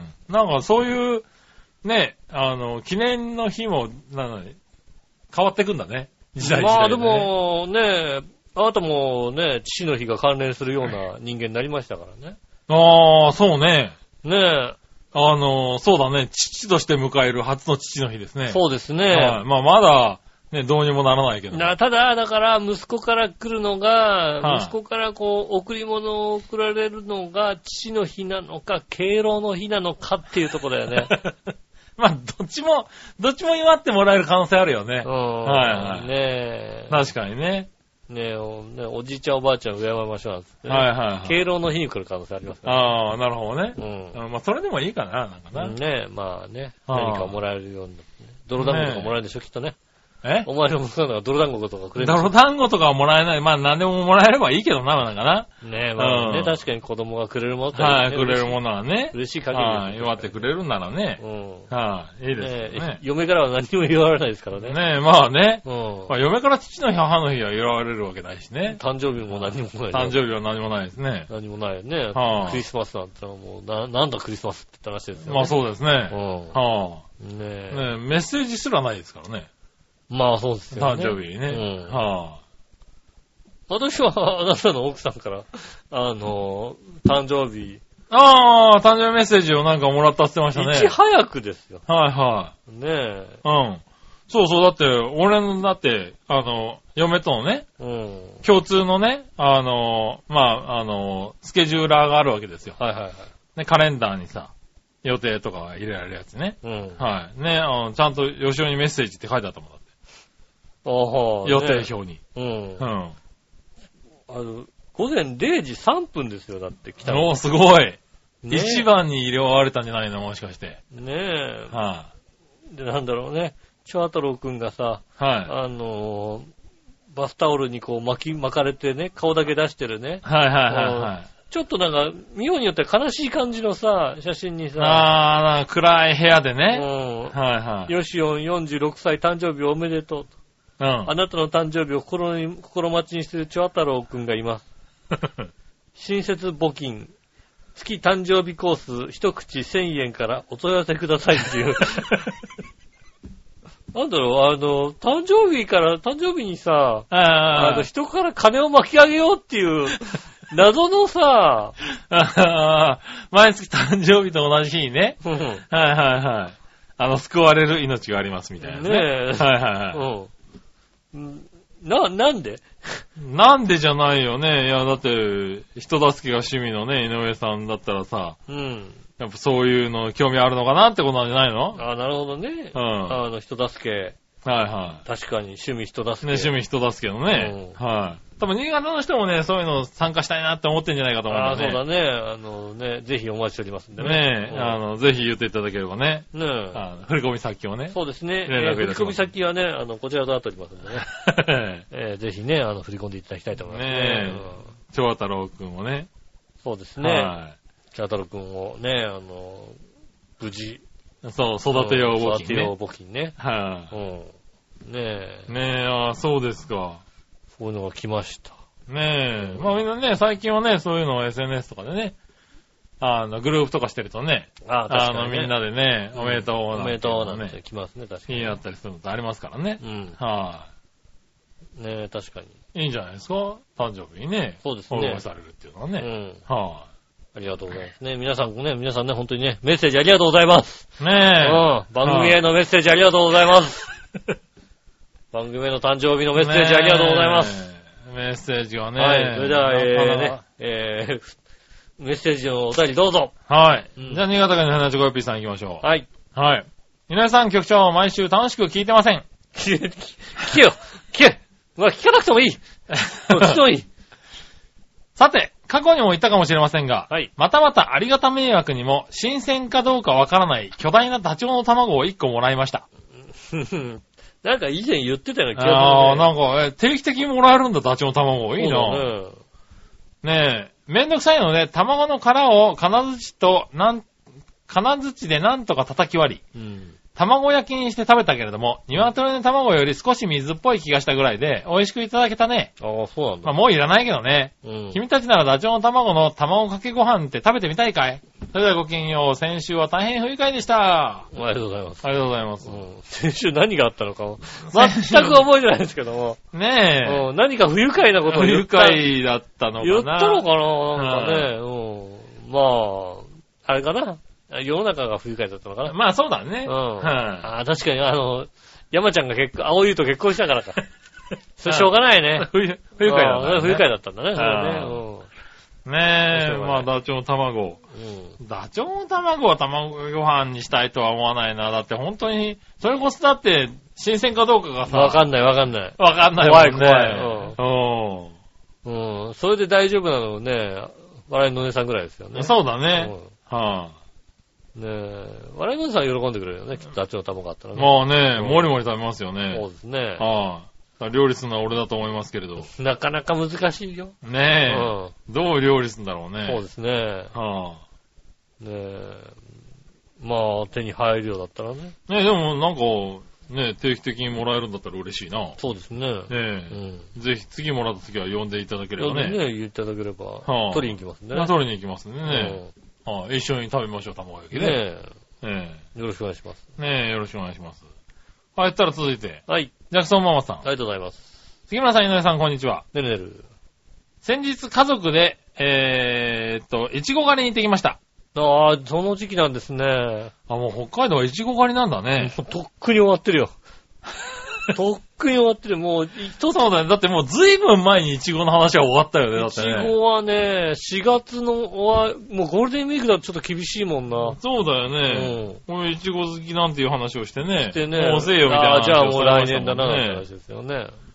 なんかそういう、ね、あの、記念の日も、なのに、変わってくんだね。時代時代、ね。 まあでも、ね、あなたもね、父の日が関連するような人間になりましたからね。 ああ、そうね。 ねえ。 あの、そうだね。父として迎える初の父の日ですね。 そうですね。 はい。まあまだ、ね、どうにもならないけど。 なただ、だから、息子から来るのが、はい、息子からこう、贈り物を贈られるのが、父の日なのか、敬老の日なのかっていうところだよね。 まあ、どっちも、どっちも祝ってもらえる可能性あるよね。 うん。はいはい。ねえ。 確かにね。 ねえ、お, ねおじいちゃんおばあちゃんを敬いましょうなんつって、ね。 はいはいはい。 敬老の日に来る可能性ありますから、 ね。ああ、なるほどね。 うん。 まあ、それでもいいかな、なんかな。 ねえ、まあね。何かもらえるようになってね。泥団子とかもらえるでしょ、きっとね。 えお前の息子なんか泥団子とかくれる。 泥団子とかはもらえない。まあ何でももらえればいいけどな、なんかな。 ねえ、まあね、うん、確かに子供がくれるものって、ね。 はい、くれるものはね。 嬉しい限りです、ね。 はい、祝ってくれるんならね。 うん。 はい、いいですね。 ね嫁からは何も言われないですからね。 ねえ、まあね。 うん。 まあ、嫁から父の日、母の日は言われるわけないしね。 誕生日も何もない。 誕生日は何もないですね。 何もないよね。 はあ、 クリスマスなんてもう、な、なんだクリスマスって話ですよね。 まあそうですね。 うん。 はあ。ねえ。 ねえ、メッセージすらないですからね。 まあそうですよね。 誕生日にね。うん。はあ。 私はあなたの奥さんから、あの、誕生日。 ああ、誕生日メッセージをなんかもらったって言ってましたね。 いち早くですよ。 はいはい。 ねえ。 うん。そうそう、だって、俺の、だって、あの、嫁とのね、 うん、 共通のね、あの、まあ、あの、スケジューラーがあるわけですよ。 はいはいはい。 ね、カレンダーにさ、予定とかが入れられるやつね。 うん。 はい。ね、あのちゃんと吉尾にメッセージって書いてあったもんだって。 ああ、 予定表に。 うん。 うん。 あの、 午前れいじさんぷんですよ、だって来たの。 おー、すごい。 ね、 一番に入れ終われたんじゃないのもしかして。 ねえ。 はい、 で、なんだろうね。チョア太郎くんがさ、 はい。 あのー、バスタオルにこう巻き、巻かれてね、顔だけ出してるね。 はいはいはいはい。 ちょっとなんか、見ようによって悲しい感じのさ、写真にさ。 あー、なんか暗い部屋でね。 うん。 はいはい。 ヨシオンよんじゅうろくさい誕生日おめでとう。うん。あなたの誕生日を心に、心待ちにしているチョア太郎くんがいます。親切募金。月誕生日コース一口せんえんからお問い合わせくださいっていう。なんだろう、あの、誕生日から、誕生日にさ、あの、人から金を巻き上げようっていう、謎のさ、 毎月誕生日と同じ日にね。はいはいはい。あの、救われる命がありますみたいなね。ねえ。はいはいはい。うん。な、なんでなんでじゃないよね。いや、だって、人助けが趣味のね、井上さんだったらさ、うん。やっぱそういうの興味あるのかなってことなんじゃないの？ ああ、なるほどね。うん。あの、人助け。 はいはい。 確かに趣味人助け。 ね、趣味人助けのね。うん、はい。多分新潟の人もね、そういうの参加したいなって思ってんじゃないかと思うんだね。 ああ、そうだね。あのね、ぜひお待ちしておりますんでね。 ねえ、うん、あの、ぜひ言っていただければね。 ねえ。 あの振り込み先をね。 そうですね。連絡いたします。振り込み先はね、あの、こちらとなっておりますんでね。えー、ぜひね、あの、振り込んでいただきたいと思いますね。ねえ。 長太郎くんもね。 そうですね。はい。長太郎くんをね、あの、無事。 そう、育てよう募金ね。育てよう募金ね。 はい、 うん。ねえ。 ねえ、ああ、そうですか。 そういうのが来ました。 ねえ。まあみんなね、最近はね、そういうのを エスエヌエス とかでね、あの、グループとかしてるとね、 ああ、確かに、ね、 あの、みんなでね、おめでとうなんて、ね、 おめでとうなんて来ますね、確かに。 気になったりするのってありますからね。うん。はい、 あ、ねえ、確かに。 いいんじゃないですか？誕生日にね。 そうですね。 応援されるっていうのはね。うん。はい、あ、 ありがとうございますね。皆さんね、皆さんね、本当にね、メッセージありがとうございます。 ねえ。 うん。番組へのメッセージありがとうございます。番組への誕生日のメッセージありがとうございます。 メッセージはね。 はい。それでは、えー、ね、えー、メッセージのお便りどうぞ。 はい。うん、じゃあ、新潟県の花ちごよっぴーさん行きましょう。 はい。 はい。皆さん局長、毎週楽しく聞いてません。 聞け、聞けよ聞けまあ、聞かなくてもいい聞いてもいいさて、過去にも言ったかもしれませんが、 はい、 またまたありがた迷惑にも、新鮮かどうかわからない巨大なダチョウの卵をいっこもらいました。 なんか以前言ってたような気がする、ね。 ああ、なんか、え、定期的にもらえるんだ、ダチョウの卵。いいな。ね, ねえ、めんどくさいので、卵の殻を金槌と、なん、金槌でなんとか叩き割り、うん、卵焼きにして食べたけれども、鶏の卵より少し水っぽい気がしたぐらいで、美味しくいただけたね。 ああ、そうなんだ。 まあ、もういらないけどね。うん、君たちならダチョウの卵の卵かけご飯って食べてみたいかい？それではごきげんよう。先週は大変不愉快でした。 ありがとうございます。 ありがとうございます。 うん、先週何があったのかも。全く覚えてないですけども。 ねえ、 うん。何か不愉快なことを言った。 不愉快だったのかな。 言ったのかななんかね。うん、まあ、あれかな。世の中が不愉快だったのかな。 まあそうだね。 うん。ああ、確かにあの、山ちゃんが結婚、青湯と結婚したからか。それしょうがないね。 不愉快だった、ね。 不愉快だったんだね。それね。 うん、ねえ、まあダチョウの卵。うん、ダチョウの卵は卵ご飯にしたいとは思わないな。だって本当に、それこそだって、新鮮かどうかがさ。 わかんないわかんない。 わかんないもんね。 怖い怖い。うん。うん。それで大丈夫なのね、笑いのお姉さんぐらいですよね。 そうだね。うん、はあ、 ねえ、笑いのお姉さん喜んでくれるよね、きっとダチョウの卵あったらね。 まあね、もりもり食べますよね。 そうですね。 はあ、料理するのは俺だと思いますけれど。 なかなか難しいよ。 ねえ。うん、どう料理するんだろうね。 そうですね。はあ、ねえ。まあ、手に入るようだったらね。 ねえ、でもなんか、ねえ、定期的にもらえるんだったら嬉しいな。 そうですね。 ねえ。うん、ぜひ次もらった時は呼んでいただければね。 呼んでね、言っていただければ。はあ、取りに行きますね。 取りに行きますね。ねうん、はあ、一緒に食べましょう、卵焼きね。ねえ。ねえ。よろしくお願いします。 ねえ、よろしくお願いします。はい、ったら続いて。 はい。 ジャクソンママさん。ありがとうございます。 杉村さん、井上さん、こんにちは。 ねるねる。 先日家族で、えーっと、いちご狩りに行ってきました。 ああ、その時期なんですね。 あ、もう北海道はいちご狩りなんだね。 もうとっくに終わってるよ。とっくに終わってる。もう、 そうだね。だってもうずいぶん前にイチゴの話は終わったよね、だってね。 イチゴはね、しがつの終わ、もうゴールデンウィークだとちょっと厳しいもんな。 そうだよね。うん。俺イチゴ好きなんていう話をしてね。 してね。 もうせえよみたいな話をしてね。 ああ、じゃあもう来年だな、って話ですよね。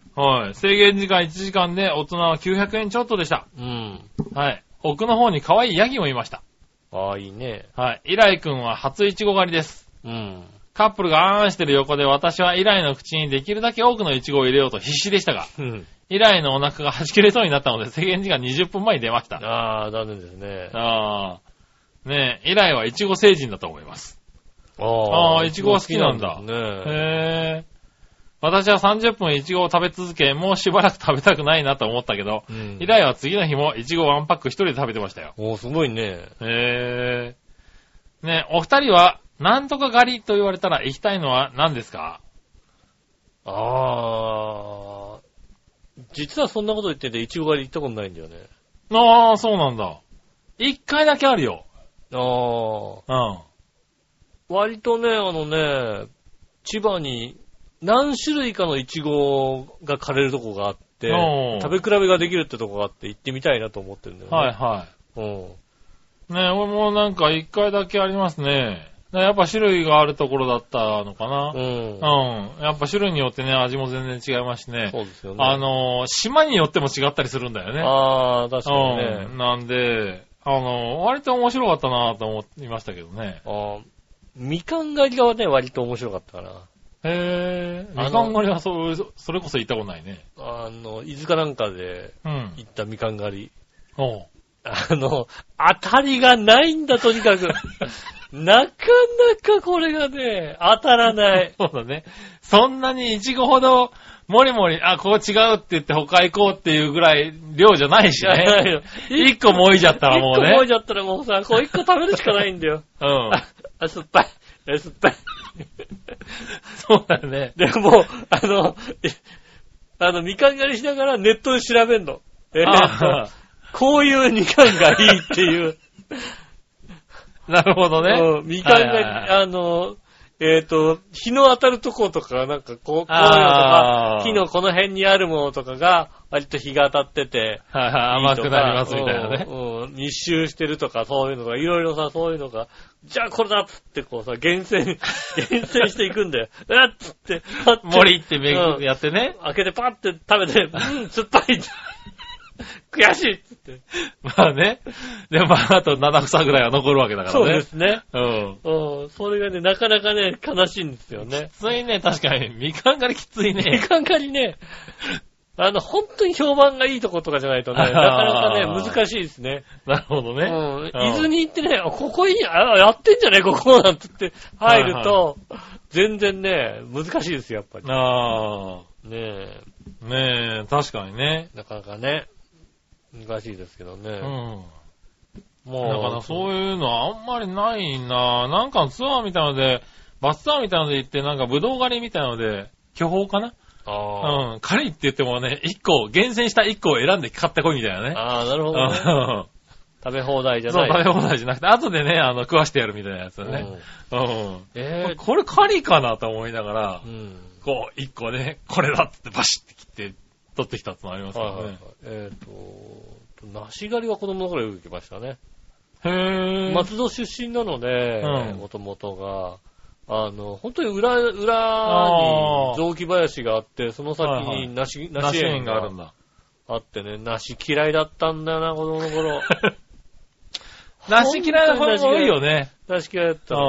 はい。制限時間いちじかんで大人はきゅうひゃくえんちょっとでした。 うん。 はい。奥の方に可愛いヤギもいました。 ああ、いいね。 はい。イライ君は初イチゴ狩りです。 うん。 カップルがあーんしてる横で私はイライの口にできるだけ多くのイチゴを入れようと必死でしたが、 うん。 イライのお腹がはち切れそうになったので制限時間にじゅっぷんまえに出ました。 ああ、残念ですね。 ああ。ねえ、イライはイチゴ成人だと思います。ああ、イチゴは好きなんだ。 ね、 へえ。私はさんじゅっぷんイチゴを食べ続け、もうしばらく食べたくないなと思ったけど、うん、イライは次の日もイチゴワンパック一人で食べてましたよ。 おー、すごいね。 へえ。ねえ、お二人は、なんとか狩りと言われたら行きたいのは何ですか？ ああ、実はそんなこと言ってて、イチゴ狩り行ったことないんだよね。 ああ、そうなんだ。一回だけあるよ。 ああ。 うん。 割とね、あのね、千葉に何種類かのイチゴが枯れるとこがあって、食べ比べができるってとこがあって行ってみたいなと思ってるんだよね。 はいはい。 うん。 ねえ、俺もなんか一回だけありますね。やっぱ種類があるところだったのかな。 うん。 うん。やっぱ種類によってね、味も全然違いますしね。 そうですよね。 あのー、島によっても違ったりするんだよね。 ああ、確かにね。 うん。なんで、あのー、割と面白かったなと思いましたけどね。 ああ。みかん狩りがね、割と面白かったかな。 へぇー。みかん狩りはそ、それこそ行ったことないね。 あの、伊豆かなんかで行ったみかん狩り。 うん。おう。 あの、当たりがないんだ、とにかく。なかなかこれがね、当たらない。 そうだね。そんなにイチゴほど、もりもり、あ、こう違うって言って他行こうっていうぐらい量じゃないしね。一個も置いちゃったらもうね。 一個も置いちゃったらもうさ、こう一個食べるしかないんだよ。 うん。 あ、酸っぱい。あ、酸っぱい。 そうだよね。 でも、あの、あの、みかん狩りしながらネットで調べんの。えー、こういうみかんがいいっていう。 なるほどね。 うん、みかん狩り、あの、えっ、ー、と、日の当たるところとか、なんかこう、こういうのとか、木のこの辺にあるものとかが、割と日が当たってて、 はいはい、甘くなりますみたいなね。 うん、日周してるとか、そういうのが、いろいろさ、そういうのが、じゃあこれだっつってこうさ、厳選、厳選していくんだよ。うわっつって、 パッて。森ってめぐやってね、 うん。開けてパッて食べて、うん、酸っぱい。悔しいっつって。 まあね。でもまあ、あとなな房ぐらいは残るわけだからね。 そうですね。 うん。 うん。それがね、なかなかね、悲しいんですよね。 きついね、確かに。みかん狩りきついね。 みかん狩りね、あの、本当に評判がいいとことかじゃないとね、なかなかね、難しいですね。 なるほどね。 うん。伊豆に行ってね、ここに、あ、やってんじゃねここなんつって入ると、全然ね、難しいですよ、やっぱり。 ああ。 ねえ。 ねえ、確かにね。 なかなかね。難しいですけどね。うん。 もう。だからそういうのはあんまりないな。なんかツアーみたいなので、バスツアーみたいなので行って、なんかブドウ狩りみたいなので、巨峰かな？ああ。うん。狩りって言ってもね、一個、厳選した一個を選んで買ってこいみたいなね。 ああ、なるほど、ね。食べ放題じゃない。 そう、食べ放題じゃなくて、後でね、あの、食わしてやるみたいなやつだね。うん。うん。えー、これ狩りかなと思いながら、うん、こう、一個ね、これだってバシッて切って、取ってきたってのありますからね。はいはいはい、 えっ、ー、と、梨狩りは子供の頃よく行きましたね。 へー。 松戸出身なので、もともとが、あの、本当に裏、裏に雑木林があって、その先に梨、はいはい、梨園があるんだ。あってね、梨嫌いだったんだよな、子供の頃。 梨嫌いな子も多いよね。 梨嫌いだった。うん。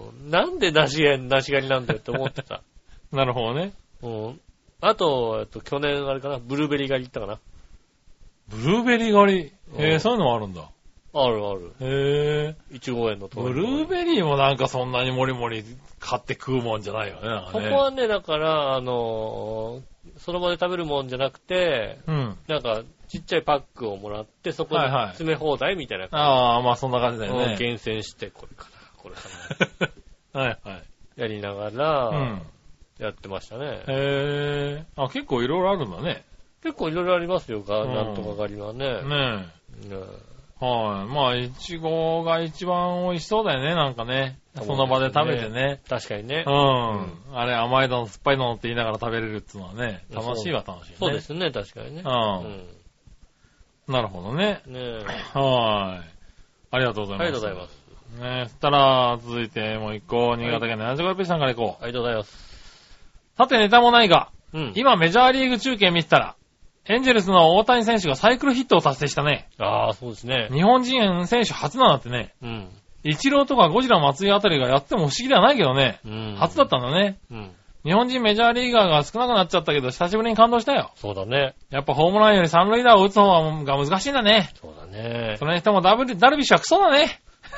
うん。なんで梨園、梨狩りなんだよって思ってた。 なるほどね。 うん。あと、えっと、去年あれかな、ブルーベリー狩り行ったかな。 ブルーベリー狩りへえ、そういうのもあるんだ。 あるある。 へえ。いちご園のところ。 ブルーベリーもなんかそんなにもりもり買って食うもんじゃないよね。なんかねここはね、だから、あのー、その場で食べるもんじゃなくて、うん。なんか、ちっちゃいパックをもらって、そこで詰め放題みたいな感じ。 はいはい、ああ、まあそんな感じだよね。 厳選して、これかな、これかな。はいはい。 やりながら、うん。やってましたね。 へー。あ、結構いろいろあるんだね。 結構いろいろありますよ、うん、なんとか狩りはね。 ねえ。ねえ。はい。まあ、いちごが一番美味しそうだよね、なんかね。その場で食べてね。 確かにね。 うん。うん、あれ、甘いの、酸っぱいのって言いながら食べれるっていうのはね、楽しいは楽しいね。 そうですね、確かにね。 うん。うん、なるほどね。 ねえ。 はい。ありがとうございます。 ありがとうございます。 ねえ、そしたら、続いてもう一個、新潟県のななじゅうごピーさんから行こう。 ありがとうございます。 さて、ネタもないが、 うん。 今メジャーリーグ中継見てたら、エンゼルスの大谷選手がサイクルヒットを達成したね。 ああ、そうですね。 日本人選手初なんだってね。 うん。 イチローとかゴジラ松井あたりがやっても不思議ではないけどね。 うん。 初だったんだね。 うん。 日本人メジャーリーガーが少なくなっちゃったけど、久しぶりに感動したよ。 そうだね。 やっぱホームランより三塁打を打つ方が難しいんだね。 そうだね。 それにしてもダブル、ダルビッシュはクソだね。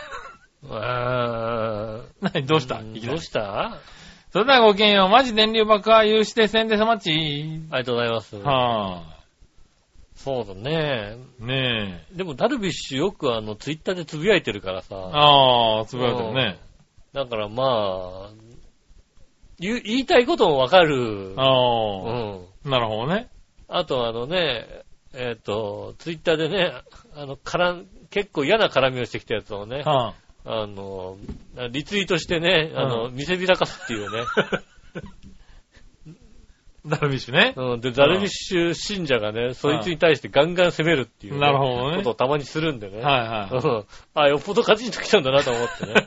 あー。 何どうしたどうしたそれではごきげんよう。マジ電流爆破有刺鉄線デスマッチ。 ありがとうございます。 はぁ、あ。 そうだね。 ねえ。でもダルビッシュよくあのツイッターでつぶやいてるからさ。 ああ、つぶやいてるね。 だからまあ、言, 言いたいこともわかる。 ああ、 うん。 なるほどね。 あとあのね、えっ、ー、と、ツイッターでね、あの、から結構嫌な絡みをしてきたやつをね、 はあ、 あの、リツイートしてね、あの、うん、見せびらかすっていうね。 ダルビッシュね。 うん。で、ダルビッシュ信者がね、そいつに対してガンガン攻めるっていう、ね、 なるほどね。 ことをたまにするんでね。 はいはい。 うん。あ、よっぽど勝ちに来たんだなと思ってね。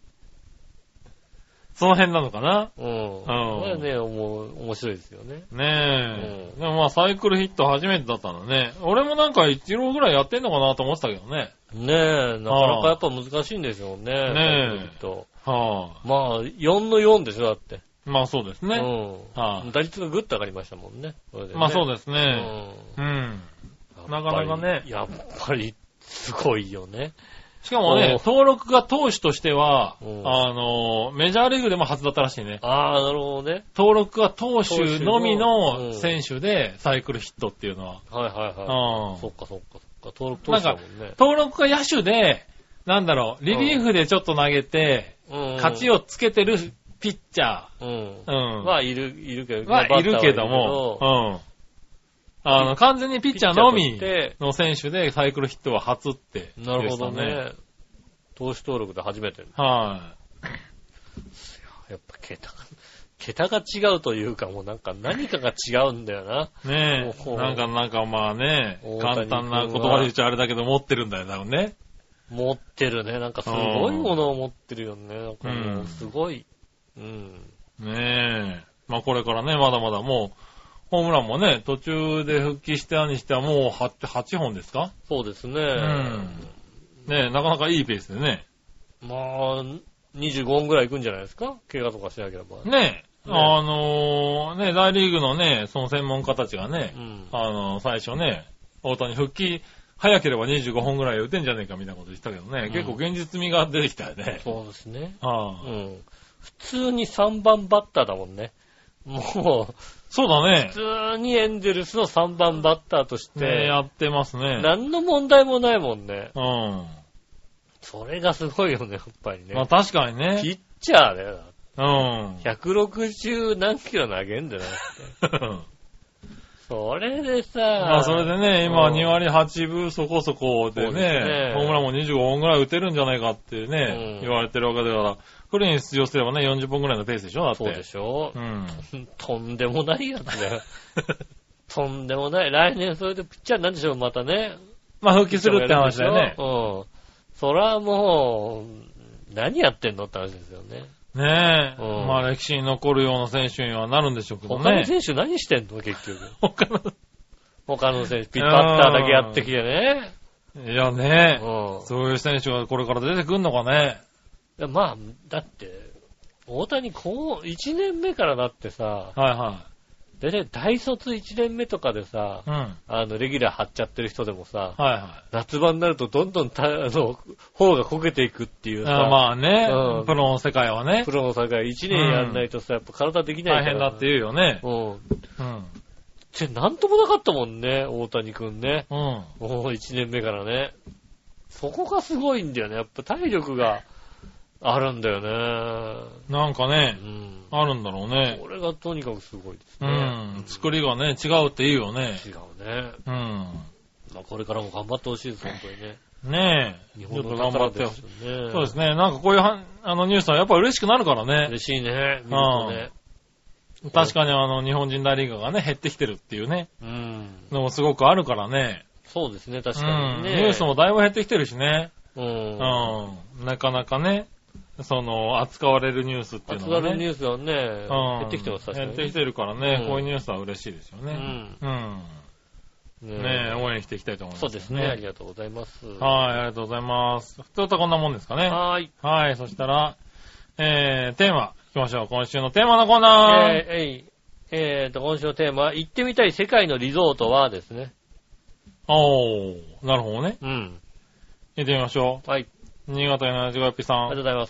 その辺なのかな。 うん。うん。これね、おも、面白いですよね。 ねえ。うん、でもまあサイクルヒット初めてだったんだね。俺もなんか一郎ぐらいやってんのかなと思ってたけどね。 ねえ、なかなかやっぱ難しいんでしょうね。ねえ。はあ、まあ、よんのよんでしょ、だって。 まあそうですね。 うん。はあ、打率がぐっと上がりましたもんね。これでねまあそうですね。うん。うん。なかなかね。 やっぱり、すごいよね。 しかもね、登録が投手としては、あの、メジャーリーグでも初だったらしいね。 ああ、なるほどね。 登録が投手のみの選手でサイクルヒットっていうのは。 はいはいはい。うん。そっかそっかそっか。登録投手だもんね。 なんか、登録が野手で、なんだろう、リリーフでちょっと投げて、うん、勝ちをつけてるピッチャー。うん。うん。まあ、いる、いるけど、 まあ、 いるけども、うん。あの、完全にピッチャーのみの選手でサイクルヒットは初って、 ね。なるほどね。投手登録で初めて。 はい。 やっぱ桁が、桁が違うというかもうなんか何かが違うんだよな。 ねえ。なんかなんかまあね、簡単な言葉で言っちゃあれだけど持ってるんだよ、多分ね。 持ってるね。なんかすごいものを持ってるよね。なんかもうすごい。うん。 ねえ。まあこれからね、まだまだもう、ホームランもね、途中で復帰したにしてはもうはちほんですか？ そうですね。 うん。ねえ、なかなかいいペースでね。 まあ、にじゅうごほんぐらい行くんじゃないですか？怪我とかしなければ。 ねえ。ねあのー、ね、大リーグのね、その専門家たちがね、うん、あのー、最初ね、大谷復帰、早ければにじゅうごほんぐらい打てんじゃねえかみたいなこと言ってたけどね、うん、結構現実味が出てきたよね。 そうですね。 あうん。普通にさんばんバッターだもんね。もう、 そうだね。 普通にエンゼルスのさんばんバッターとして、 ね、やってますね。 何の問題もないもんね。 うん。 それがすごいよね、やっぱりね。 まあ確かにね。 ピッチャーだよ。 うん。 ひゃくろくじゅう何キロ投げんだよって。それでさ、 まあそれでね、今にわりはちぶそこそこでね、ねホームランもにじゅうごほんぐらい打てるんじゃないかってね、うん、言われてるわけだから、フルに出場すればね、よんじゅっぽんぐらいのペースでしょだって。 そうでしょうん。 とんでもないやつだよ。とんでもない。来年それでピッチャーなんでしょう、またね。 まあ復帰するって話だよね。 うん。そらもう、何やってんのって話ですよね。 ねえ。うん、まあ歴史に残るような選手にはなるんでしょうけどね。 他の選手何してんの結局。 他の。 他の選手、ピッバッターだけやってきてね。 いやね、うん、そういう選手がこれから出てくんのかね。 いやまあ、だって、大谷こう、いちねんめからだってさ、 はいはい。 でね、大卒いちねんめとかでさ、うん、あの、レギュラー張っちゃってる人でもさ、 はいはい、 夏場になるとどんどんた、あの、方がこけていくっていうさ。 あまあね、うん、プロの世界はね。 プロの世界いちねんやんないとさ、やっぱ体できないから。 大変だって言うよね。 うん。うん。ってなんともなかったもんね、大谷くんね。 うん。 もういちねんめからね。そこがすごいんだよね。やっぱ体力があるんだよね。 なんかね、 うん、 あるんだろうね。 これがとにかくすごいですね。 うん。作りがね、違うって言うよね。 違うね。 うん。 まあこれからも頑張ってほしいです、本当にね。 ねえ。 日本の宝ですよね。 そうですね。なんかこういうはあのニュースはやっぱ嬉しくなるからね。 嬉しいね。見るとね。 確かにあの日本人大リーガーがね減ってきてるっていうね。 うん。 のもすごくあるからね。 そうですね、確かにね。 うん、ニュースもだいぶ減ってきてるしね。 うん。 うん。なかなかね。 その、扱われるニュースっていうのはね。 扱われるニュースはね、 うん、 減ってきてます、確かに。 減ってきてるからね、 うん、 こういうニュースは嬉しいですよね。うん。うんねえ、ね応援していきたいと思います、ね。 そうですね。ありがとうございます。 はい、ありがとうございます。普通とこんなもんですかね。 はい。 はい、そしたら、えー、テーマ、行きましょう。今週のテーマのコーナー。 えー、えー、えーと、今週のテーマは、行ってみたい世界のリゾートはですね。 おー、なるほどね。 うん。 行ってみましょう。 はい。 新潟ななじゅうごぴさん。 ありがとうございます。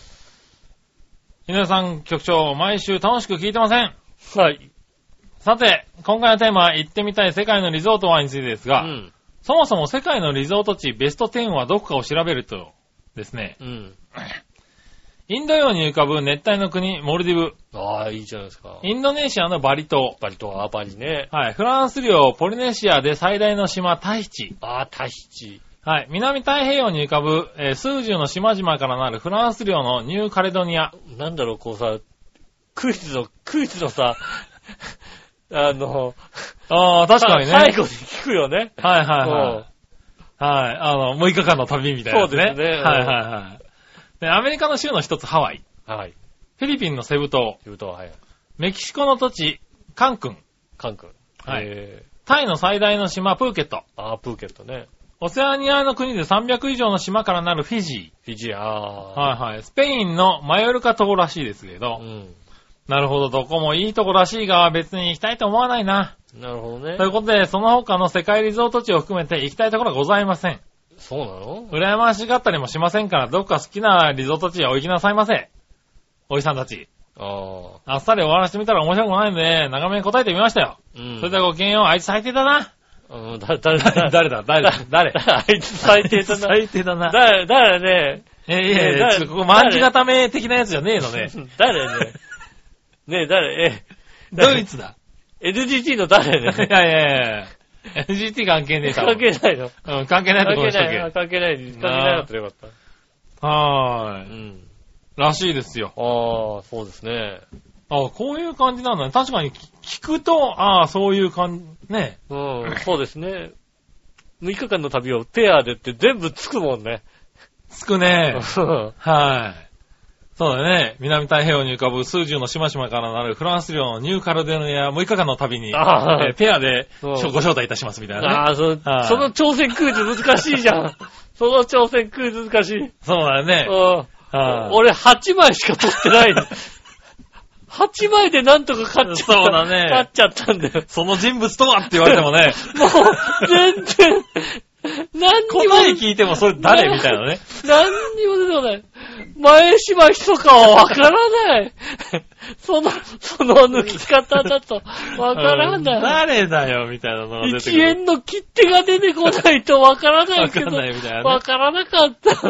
皆さん、局長、毎週楽しく聞いてません。 はい。 さて、今回のテーマは、行ってみたい世界のリゾートはについてですが、うん、そもそも世界のリゾート地ベストじゅうはどこかを調べるとですね、うん、インド洋に浮かぶ熱帯の国、モルディブ。 ああ、いいじゃないですか。 インドネシアのバリ島。 バリ島、あ、バリね。 はい。フランス領ポリネシアで最大の島、タヒチ。 ああ、タヒチ。 はい。南太平洋に浮かぶ、えー、数十の島々からなるフランス領のニューカレドニア。 なんだろう、こうさ、クイズの、クイズのさ、あの、 ああ、確かにね。 最後に聞くよね。 はいはいはい。はい。あの、むいかかんの旅みたいな、ね。 そうですね。 はいはいはい。で、アメリカの州の一つ、ハワイ。 はい。 フィリピンのセブ島。 セブ島は、はい。 メキシコの土地、カンクン。 カンクン。 はい。タイの最大の島、プーケット。 ああ、プーケットね。 オセアニアの国でさんびゃく以上の島からなるフィジー。 フィジー、ああ。 はいはい。スペインのマヨルカ島らしいですけど。うん。なるほど、どこもいいとこらしいが、別に行きたいと思わないな。 なるほどね。 ということで、その他の世界リゾート地を含めて行きたいところはございません。 そうなの？ 羨ましがったりもしませんから、どっか好きなリゾート地へお行きなさいませ。おじさんたち。 ああ。あっさり終わらせてみたら面白くないんで、長めに答えてみましたよ。うん。それではごきげんよう、あいつ最低だな。 うん、だ、誰だ、 誰だ、誰だ、誰あいつ最低だな。 最低だな。 誰、誰ね。 えー、いやいや、ちょっとここ、まんじ固め的なやつじゃねえのね。 誰ね。ねえ、誰え、 ドイツだ。 エヌジーティー の誰ね。 いやいやいや エヌジーティー 関係ねえだろ。 関係ないのうん、関係ないところにしとけ。 関係ない、関係ない、関係なかったらよかった。 はーい。うん。らしいですよ。 ああ、そうですね。 ああ、こういう感じなんだね。確かに聞くと、ああ、そういう感じ、ね。 うん、そうですね。むいかかんの旅をペアでって全部つくもんね。 つくね。はい。そうだね。南太平洋に浮かぶ数十の島々からなるフランス領のニューカルデノニアむいかかんの旅に、えー、ペアでご招待いたしますみたいなね。 ああ、その、その挑戦クイズ難しいじゃん。その挑戦クイズ難しい。 そうだね。 うん。俺はちまいしか取ってないの。はちまいでなんとか勝っちゃった。 そうだね。 勝っちゃったんだよ。 その人物とはって言われてもね。 もう、全然、何にも。 答え聞いてもそれ誰みたいなね。 何にも出てこない。前島ひそかはわからない。その、その抜き方だとわからない。 誰だよみたいなのが出てくる。 いちえんの切手が出てこないとわからないけど。わかんないみたいな、ね。 わからなかった。 うん。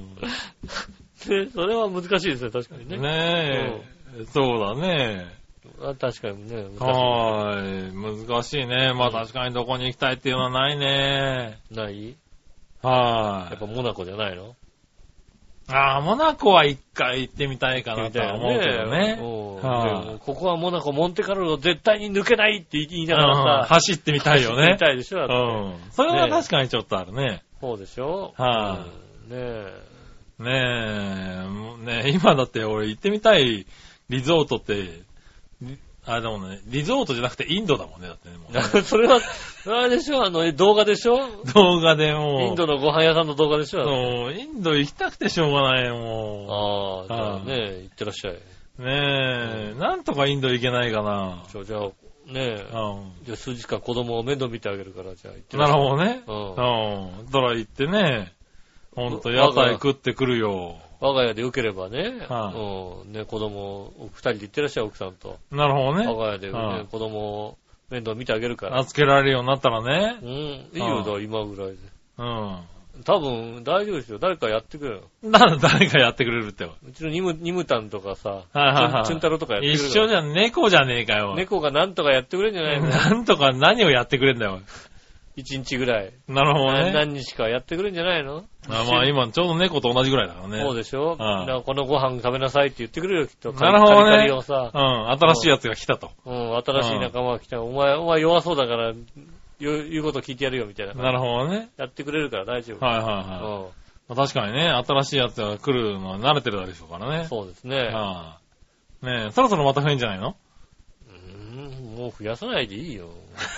ね、それは難しいですね、確かにね。 ねえ。うん、そうだね。 あ、確かにね。難しい。 はーい。難しいね。まあ確かにどこに行きたいっていうのはないね。 ないはーい。 やっぱモナコじゃないの？ ああ、モナコは一回行ってみたいかなとは思うけどね。 はあ、ここはモナコ、モンテカルロ絶対に抜けないって言いながらさ、 うん、走ってみたいよね。 走ってみたいでしょ、だって。うん。 それは確かにちょっとあるね。 そうでしょ。 はい、 あ、うん、ねえ。 ねえ、ねえ、今だって俺行ってみたいリゾートって、あ、でもね、リゾートじゃなくてインドだもんね、だってね。もうねそれは、あれでしょ、あの、動画でしょ動画でもう。 インドのご飯屋さんの動画でしょそう、インド行きたくてしょうがないよ、もう。ああ、じゃあね、行ってらっしゃい。 ねえ、うん、なんとかインド行けないかな。 じゃあ、じゃあ、ねえ、うん、じゃあ数日間子供を面倒見てあげるから、じゃあ行ってらっしゃい。なるほどね。うん。うん。だから行ってね、ほんと屋台食ってくるよ。 我が家で良ければね、 はい、うん、ね、子供、二人で行ってらっしゃい、奥さんと。 なるほどね。 我が家で、ね、はい、子供を面倒見てあげるから。 預けられるようになったらね。 うん、いいよ、だ、今ぐらいで。 うん。 多分、大丈夫ですよ。誰かやってくれよ。 な、誰かやってくれるってわ。 うちのニム、ニムタンとかさ、 はいはいはい、 チュンタロとかやってくれる。 一緒じゃん、猫じゃねえかよ。 猫がなんとかやってくれんじゃないの？ なんとか何をやってくれんだよ。 一日ぐらい。 なるほどね。 何日かやってくれんじゃないの？ あ、まあ今ちょうど猫と同じぐらいだからね。 そうでしょ？ ああ、 だからこのご飯食べなさいって言ってくれるよ、きっと。 なるほどね。 カリカリをさ。 うん、新しいやつが来たと。 うん、新しい仲間が来た。お前、お前弱そうだから、言うこと聞いてやるよ、みたいな。 なるほどね。 やってくれるから大丈夫。 はいはいはい。 確かにね、新しいやつが来るのは慣れてるでしょうからね。 そうですね。 ああねえ、そろそろまた増えんじゃないの？ うーん、もう増やさないでいいよ。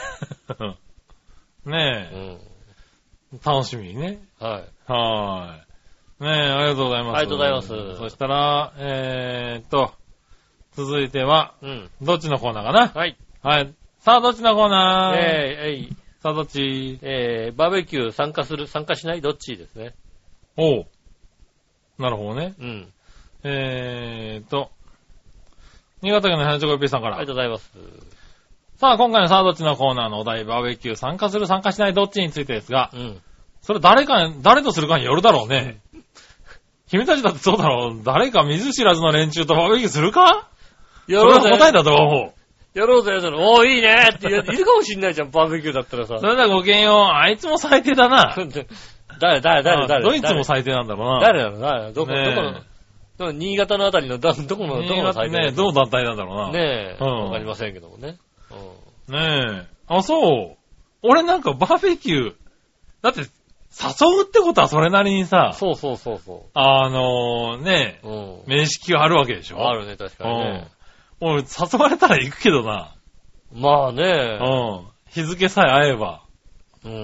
ねえ、うん、楽しみにね。 はい。 はーい。ねえ、ありがとうございます。 ありがとうございます。 そしたら、えーっと、続いては、 うん。 どっちのコーナーかな？ はい。 はい。さあ、どっちのコーナー？ えー、えい。 さあ、どっち？ えー、バーベキュー参加する、参加しないどっちですね。 おう。なるほどね。 うん。 えーっと、新潟県の花チョコピーさんから。 ありがとうございます。 さあ、今回のさあ、どっちのコーナーのお題、バーベキュー参加する、参加しないどっちについてですが、 うん。 それ誰か、誰とするかによるだろうね。君たちだってそうだろう。誰か見ず知らずの連中とバーベキューするか？ やろうぜ。 それは答えだと思う。 やろうぜ、やろうぜ。おー、いいねって言ういるかもしんないじゃん、バーベキューだったらさ。 それではごきげんよう。あいつも最低だな。 誰、誰、誰、誰。 ドイツも最低なんだろうな。 誰なの誰どこ、 ね、 どこの、どこ新潟のあたりの、どこの、どこの最低ねえ、どの団体なんだろうな。 ねえ、 うん。 わかりませんけどもね。 うん、ねえ。あ、そう。俺なんかバーベキュー、だって、誘うってことはそれなりにさ、 そうそうそうそう。 あのー、ねえ、うん、面識があるわけでしょ？ あるね、確かにね。 うん。俺、誘われたら行くけどな。 まあね。 うん。日付さえ合えば。 うん。うん。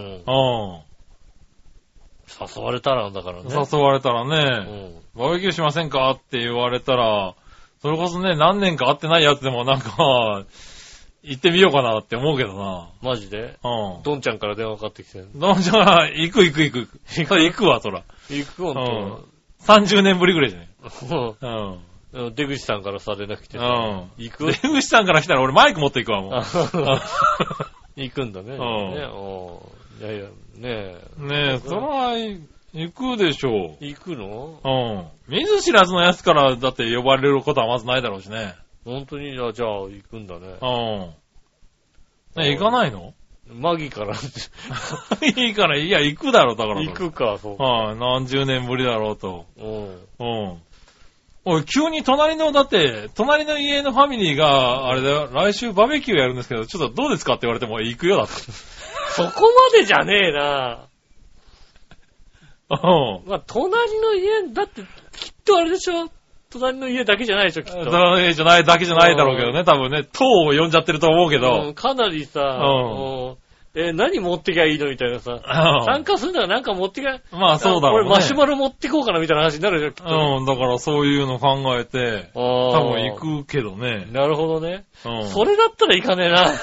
誘われたらだからね。 誘われたらね、うん、バーベキューしませんかって言われたら、それこそね、何年か会ってないやつでもなんか、行ってみようかなって思うけどな。 マジで？ うん。 ドンちゃんから電話かかってきてる。 ドンちゃんが、行く行く行く。行く行くわ、そら。 行くほんと。うん。 さんじゅうねんぶりぐらいじゃね。 うん。出口さんからさ、連絡来てさ。うん。行く？ 出口さんから来たら俺マイク持って行くわ、もう。 行くんだね。うん。ね、おいやいや、ねえ。 ねえ、それは、行くでしょう。 行くの？ うん。見ず知らずのやつからだって呼ばれることはまずないだろうしね。 本当に、じゃあ、じゃあ行くんだね。 うん。ね、行かないの？ マギからいいから、いや、行くだろ、だから。 行くか、そうか。 はい、何十年ぶりだろうと。 うん。 うん。おい、急に隣の、だって、隣の家のファミリーが、あれだよ、来週バーベキューやるんですけど、ちょっとどうですかって言われても行くよ、だって。 そこまでじゃねえな。 うん。 まあ、隣の家、だって、きっとあれでしょ？隣の家だけじゃないでしょ、きっと。 隣の家じゃない、だけじゃないだろうけどね、多分ね、塔を呼んじゃってると思うけど。 うん、かなりさ、うんえー、何持ってきゃいいのみたいなさ。参加するならなんか持ってきゃ、 まあそうだろうね。 俺マシュマロ持ってこうかなみたいな話になるじゃん、きっと。 うん、だからそういうの考えて、多分行くけどね。 なるほどね。 うん。 それだったら行かねえな。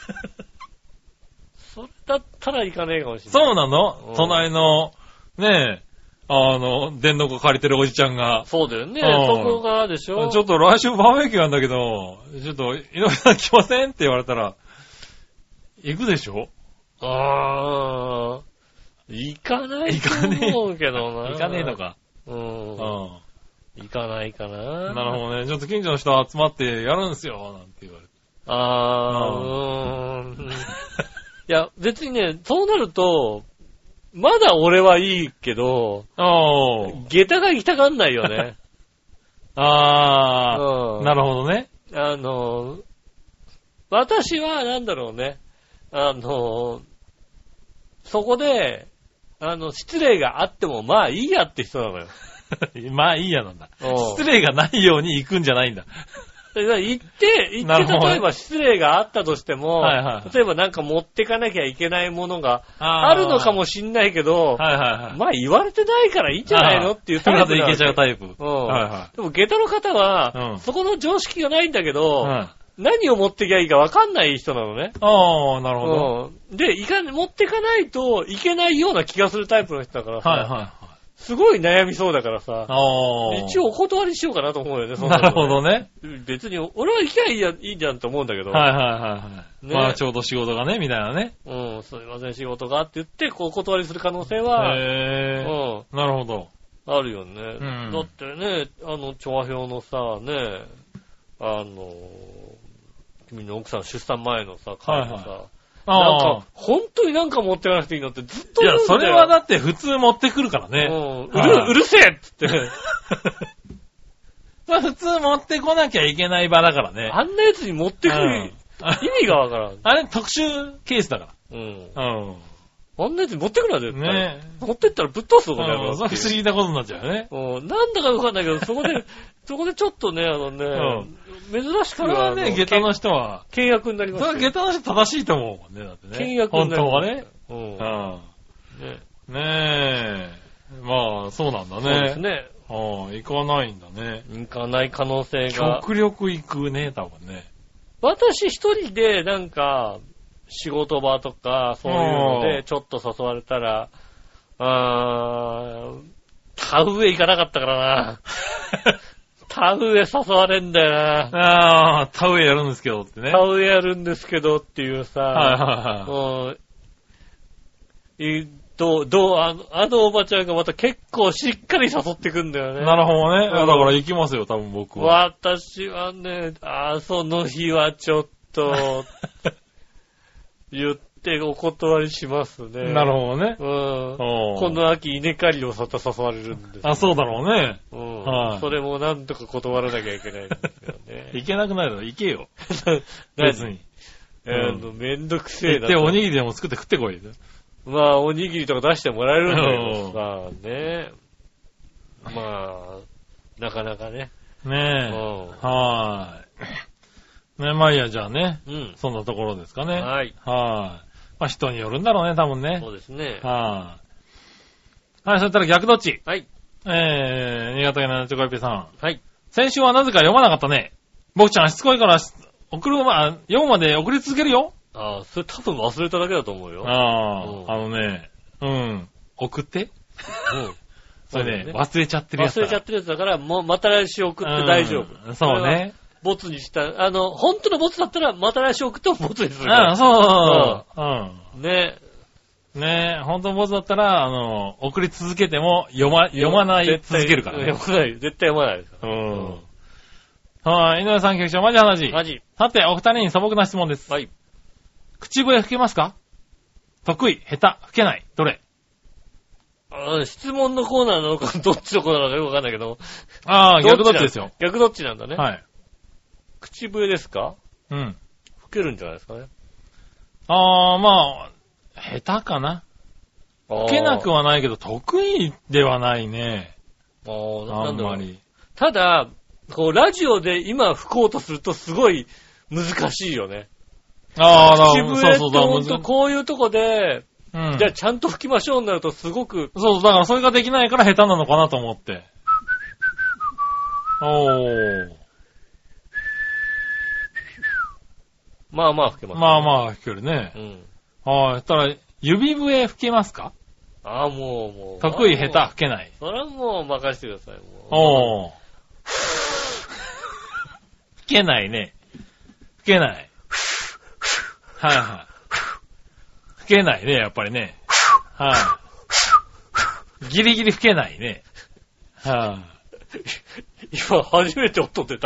それだったら行かねえかもしれない。 そうなの？隣の、ねえ、あの、電動庫借りてるおじちゃんが。 そうだよね。そこがでしょ。 ちょっと来週バーベキューなんだけど、ちょっと、井上さん来ませんって言われたら、行くでしょ？ ああ、行かないと思うけどな。 行かねえのか。 うん。うん。行かないかな。 なるほどね。ちょっと近所の人集まってやるんですよ、なんて言われて。 ああ、うーん。いや、別にね、そうなると、まだ俺はいいけど、下駄が行きたがんないよね。 ああ、うん、なるほどね。 あの、私はなんだろうね。あの、そこで、あの、失礼があってもまあいいやって人なのよ。 まあいいやなんだ。失礼がないように行くんじゃないんだ。 行って、行って例えば失礼があったとしても、はいはいはい、例えばなんか持ってかなきゃいけないものがあるのかもしんないけど、はいはいはい、まあ言われてないからいいんじゃないのっていうタイプ。 いけちゃうタイプ。 うんはいはい、でも下駄の方は、うん、そこの常識がないんだけど、うん何を持ってきゃいいか分かんない人なのね。 ああ、なるほど。 うん、で、いか、持ってかないといけないような気がするタイプの人だからさ。 はいはいはい。 すごい悩みそうだからさ。 ああ。 一応お断りしようかなと思うよね、そんな、ね。なるほどね。 別に、俺は行きゃいいや、いいじゃんと思うんだけど。 はいはいはいはい。ね、まあちょうど仕事がね、みたいなね。 うん、すいません、仕事がって言って、こうお断りする可能性は。 へー。うん。なるほど。 あるよね。うん、だってね、あの、調和表のさ、ね、あの、君の奥さん出産前のさ、会のさ、はいはい、なんか、本当になんか持ってかなくていいのってずっと言うんだよ。 いや、それはだって普通持ってくるからね。 うん。うる、うるせえっつって。 普通持ってこなきゃいけない場だからね。 あんなやつに持ってくる、うん、意味がわからん。 あれ特殊ケースだから。 うん。 うん。 あんなやつ持ってくるわ、絶対。 ね持ってったらぶっ通すぞ、これ。 うん、それ不思議なことになっちゃうよね。 うん。なんだかわかんないけど、そこで、そこでちょっとね、あのね、うん、珍しくそれはね、下駄の人は。 倹約になりますよ。 それは下駄の人正しいと思うもんね、だってね。 倹約になります。 本当はね。 うん。 うん。 ねねえ。まあ、そうなんだね。 そうですね。 ああ、行かないんだね。 行かない可能性が。 極力行くね、多分ね。 私一人でなんか、仕事場とか、そういうので、ちょっと誘われたら、あー、田植え行かなかったからな。田植え誘われんだよな。 ああ、田植えやるんですけどってね。 田植えやるんですけどっていうさ、 はいはいはい。 うん、どう、どう、あの、あのおばちゃんがまた結構しっかり誘ってくんだよね。 なるほどね。だから行きますよ、多分僕は。 私はね、あ、その日はちょっと、言ってお断りしますね。 なるほどね。 うん。この秋稲刈りをさた誘われるんです、ね。 あ、そうだろうね。 うん。はい。それもなんとか断らなきゃいけないんですよね。 行けなくなるの行けよ。別に。 えー、うん、めんどくせえな。 行っておにぎりでも作って食ってこい。 まあ、おにぎりとか出してもらえるんだけどさ、ね。まあ、なかなかね。 ねえ。うん、はーい。ね、まあいいや、じゃあね。うん。そんなところですかね。はい。はい。まあ人によるんだろうね、多分ね。 そうですね。 はい。はい、そしたら逆どっち？ はい。 えー、新潟県のチョコヨッピーさん。 はい。 先週はなぜか読まなかったね。僕ちゃんしつこいから送るま、読むまで送り続けるよ。 ああ、それ多分忘れただけだと思うよ。 ああ、うん、あのね、うん。送って。うん。それね、忘れちゃってるやつだ。忘れちゃってるやつだから、もうまた来週送って大丈夫。 うん、そうね。 ボツにした、あの、本当のボツだったら、また来週送ってもボツにするから。うん、そう。うん。 ねね本当のボツだったら、あの、送り続けても、読ま、読まない、続けるからね。 読まない、絶対読まないですから。 うん。はい、井上さん局長、マジ話。 マジ。 さて、お二人に素笛な質問です。 はい。 口笛吹けますか？得意、下手、吹けない、どれ？ あ、質問のコーナーなのか、どっちのコーナーなのかよくわかんないけど。 ああ、逆どっちですよ。 逆どっちなんだね。 はい。 口笛ですか？ うん。 吹けるんじゃないですかね。 ああ、まあ、下手かな。吹けなくはないけど、得意ではないね。 ああ、なんだろう。 あんまり。 ただ、こう、ラジオで今吹こうとするとすごい難しいよね。 ああ、 口笛ってほんとこういうとこで、うん、じゃあちゃんと吹きましょうになるとすごく。 そう、だからそれができないから下手なのかなと思って。おー。 まあまあ吹けます、 ね。まあまあ吹けるね。うん。はい。そしたら、指笛吹けますか？ ああ、もう、もう。 得意、下手、吹けない。 それはもう任せてください。もうおー。吹けないね。吹けない。はいはい。吹けないね、やっぱりね。はい。ギリギリ吹けないね。はい。 今、初めて音出た。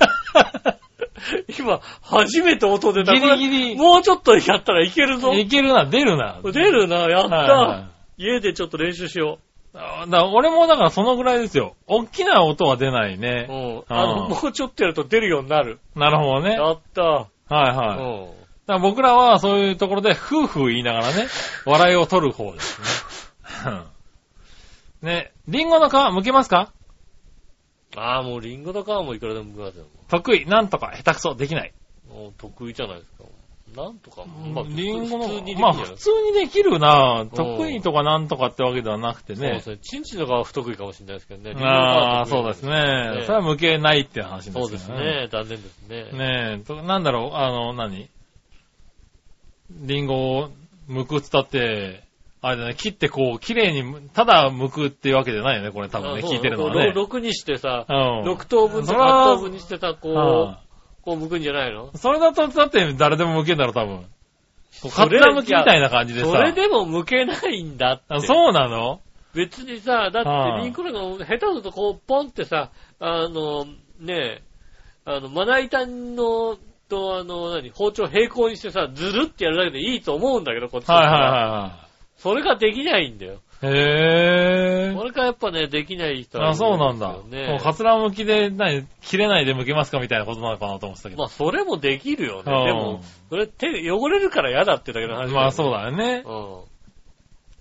今、初めて音出た。 ギリギリ。 もうちょっとやったらいけるぞ。 いけるな、出るな。 出るな、やった。はい、家でちょっと練習しよう。 だ俺もだからそのぐらいですよ。大きな音は出ないね。 うん。あの、もうちょっとやると出るようになる。 なるほどね。 やった。はいはい。うん。だから僕らはそういうところで、夫婦言いながらね、笑いを取る方ですね。ね、リンゴの皮剥けますか？ ああ、もうリンゴの皮もいくらでも剥けますよ。 得意、なんとか、下手くそ、できない。 もう得意じゃないですか。なんとか、 まあ、リンゴの、普通にできる。まあ、普通にできるな。得意とかなんとかってわけではなくてね。そうですね。チンチンとかは不得意かもしれないですけどね。 ああ、そうですね。それは向けないって話ですね。 そうですね。残念ですね。 ねえ、なんだろう、あの、何リンゴを剥くつったって、あれだね、切ってこう、綺麗に、ただ剥くっていうわけじゃないよね、これ多分ね、聞いてるのはね。 ろくにしてさ、ろく等分とかはち等分にしてさ、こう、こう剥くんじゃないの？ それだと、だって誰でも剥けんだろ、多分。カツラ剥きみたいな感じでさ。 それでも剥けないんだって。 そうなの？ 別にさ、だってリンゴなんか下手するとこう、ポンってさ、あの、ねえ、あの、まな板の、と、あの、何、包丁平行にしてさ、ずるってやるだけでいいと思うんだけど、こっちは。 はいはいはい。 それができないんだよ。 へぇー。 これがやっぱね、できない人は、 ね。あ、そうなんだ。もうカツラ剥きで、何、切れないで剥けますかみたいなことなのかなと思ってたけど。 まあ、それもできるよね。でも、それ手、汚れるから嫌だってだけの話だよね。 まあ、そうだよね。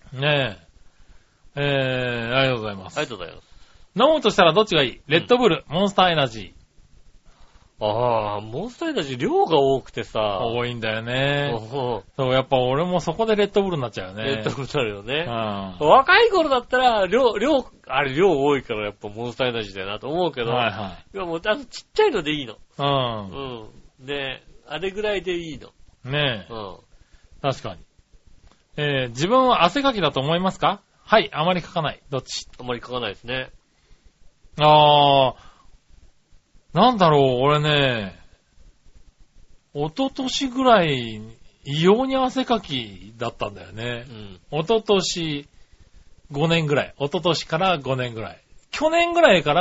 ねえ。えー、ありがとうございます。 ありがとうございます。 飲むとしたらどっちがいい？レッドブル、うん、モンスターエナジー。 ああ、モンスターエナジー量が多くてさ。 多いんだよね。そう、やっぱ俺もそこでレッドブルになっちゃうよね。 レッドブルになるよね。 うん、 若い頃だったら、量、量、あれ量多いからやっぱモンスターエナジーだよなと思うけど。 はいはい。 いやもう、あのちっちゃいのでいいの。 うん。 うん。で、あれぐらいでいいの。 ねえ。 うん。 確かに。えー、自分は汗かきだと思いますか？はい、あまりかかない。どっち？ あまりかかないですね。 あー、なんだろう、俺ね、一昨年ぐらい、異様に汗かきだったんだよね。うん。一昨年ごねんぐらい。一昨年からごねんぐらい。去年ぐらいから、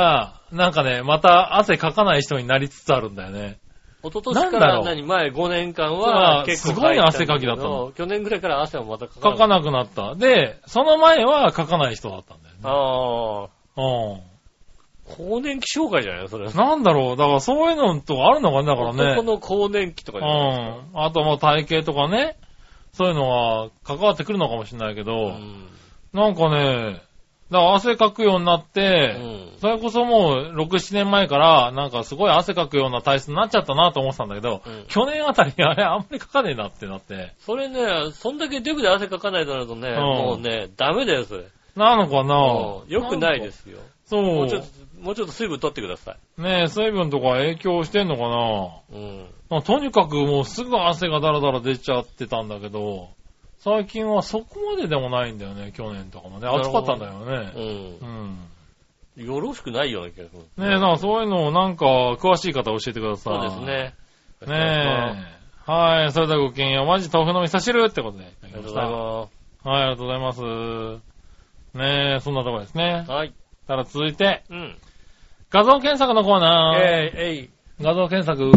なんかね、また汗かかない人になりつつあるんだよね。 一昨年から何前ごねんかんは結構すごい汗かきだったの。 去年ぐらいから汗はまたかかかなくなった。で、その前はかかない人だったんだよね。 ああ。 うん。 更年期障害じゃないそれ。 なんだろう。だからそういうのとかあるのかね、だからね。 男の更年期とかじゃないですか。 うん。あともう体型とかね。そういうのは関わってくるのかもしれないけど、うん、なんかね、だから汗かくようになって、うん、それこそもうろく、ななねんまえから、なんかすごい汗かくような体質になっちゃったなと思ってたんだけど、うん、去年あたりあれあんまりかかねえなってなって。 それね、そんだけデブで汗かかないとなるとね、うん、もうね、ダメだよ、それ。 なのかな、 うん、よくないですよ。 そう。 もうちょっと、もうちょっと水分取ってください。 ねえ、水分とか影響してんのかな、うん、とにかくもうすぐ汗がダラダラ出ちゃってたんだけど、最近はそこまででもないんだよね、去年とかもね。暑かったんだよね。うん。 うん。よろしくないような気がする。 ねえ、なんかそういうのをなんか詳しい方教えてください。 そうですね。 ねえ。はい、それではごきげんよう。マジ豆腐の味噌汁ってことで。 ありがとうございます。 はい、ありがとうございます。ねえ、そんなところですね。 はい。 ただ続いて、うん。画像検索のコーナー。 えい、えい。 画像検索。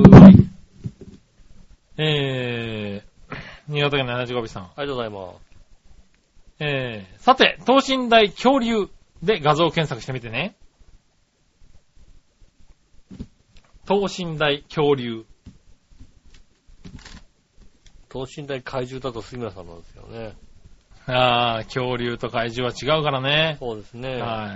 えー、新潟県のななじゅうごびさん。 ありがとうございます。 えー、さて、等身大恐竜で画像検索してみてね。等身大恐竜。 等身大怪獣だと杉村さんなんですよね。 あー、恐竜と怪獣は違うからね。 そうですね。 はい。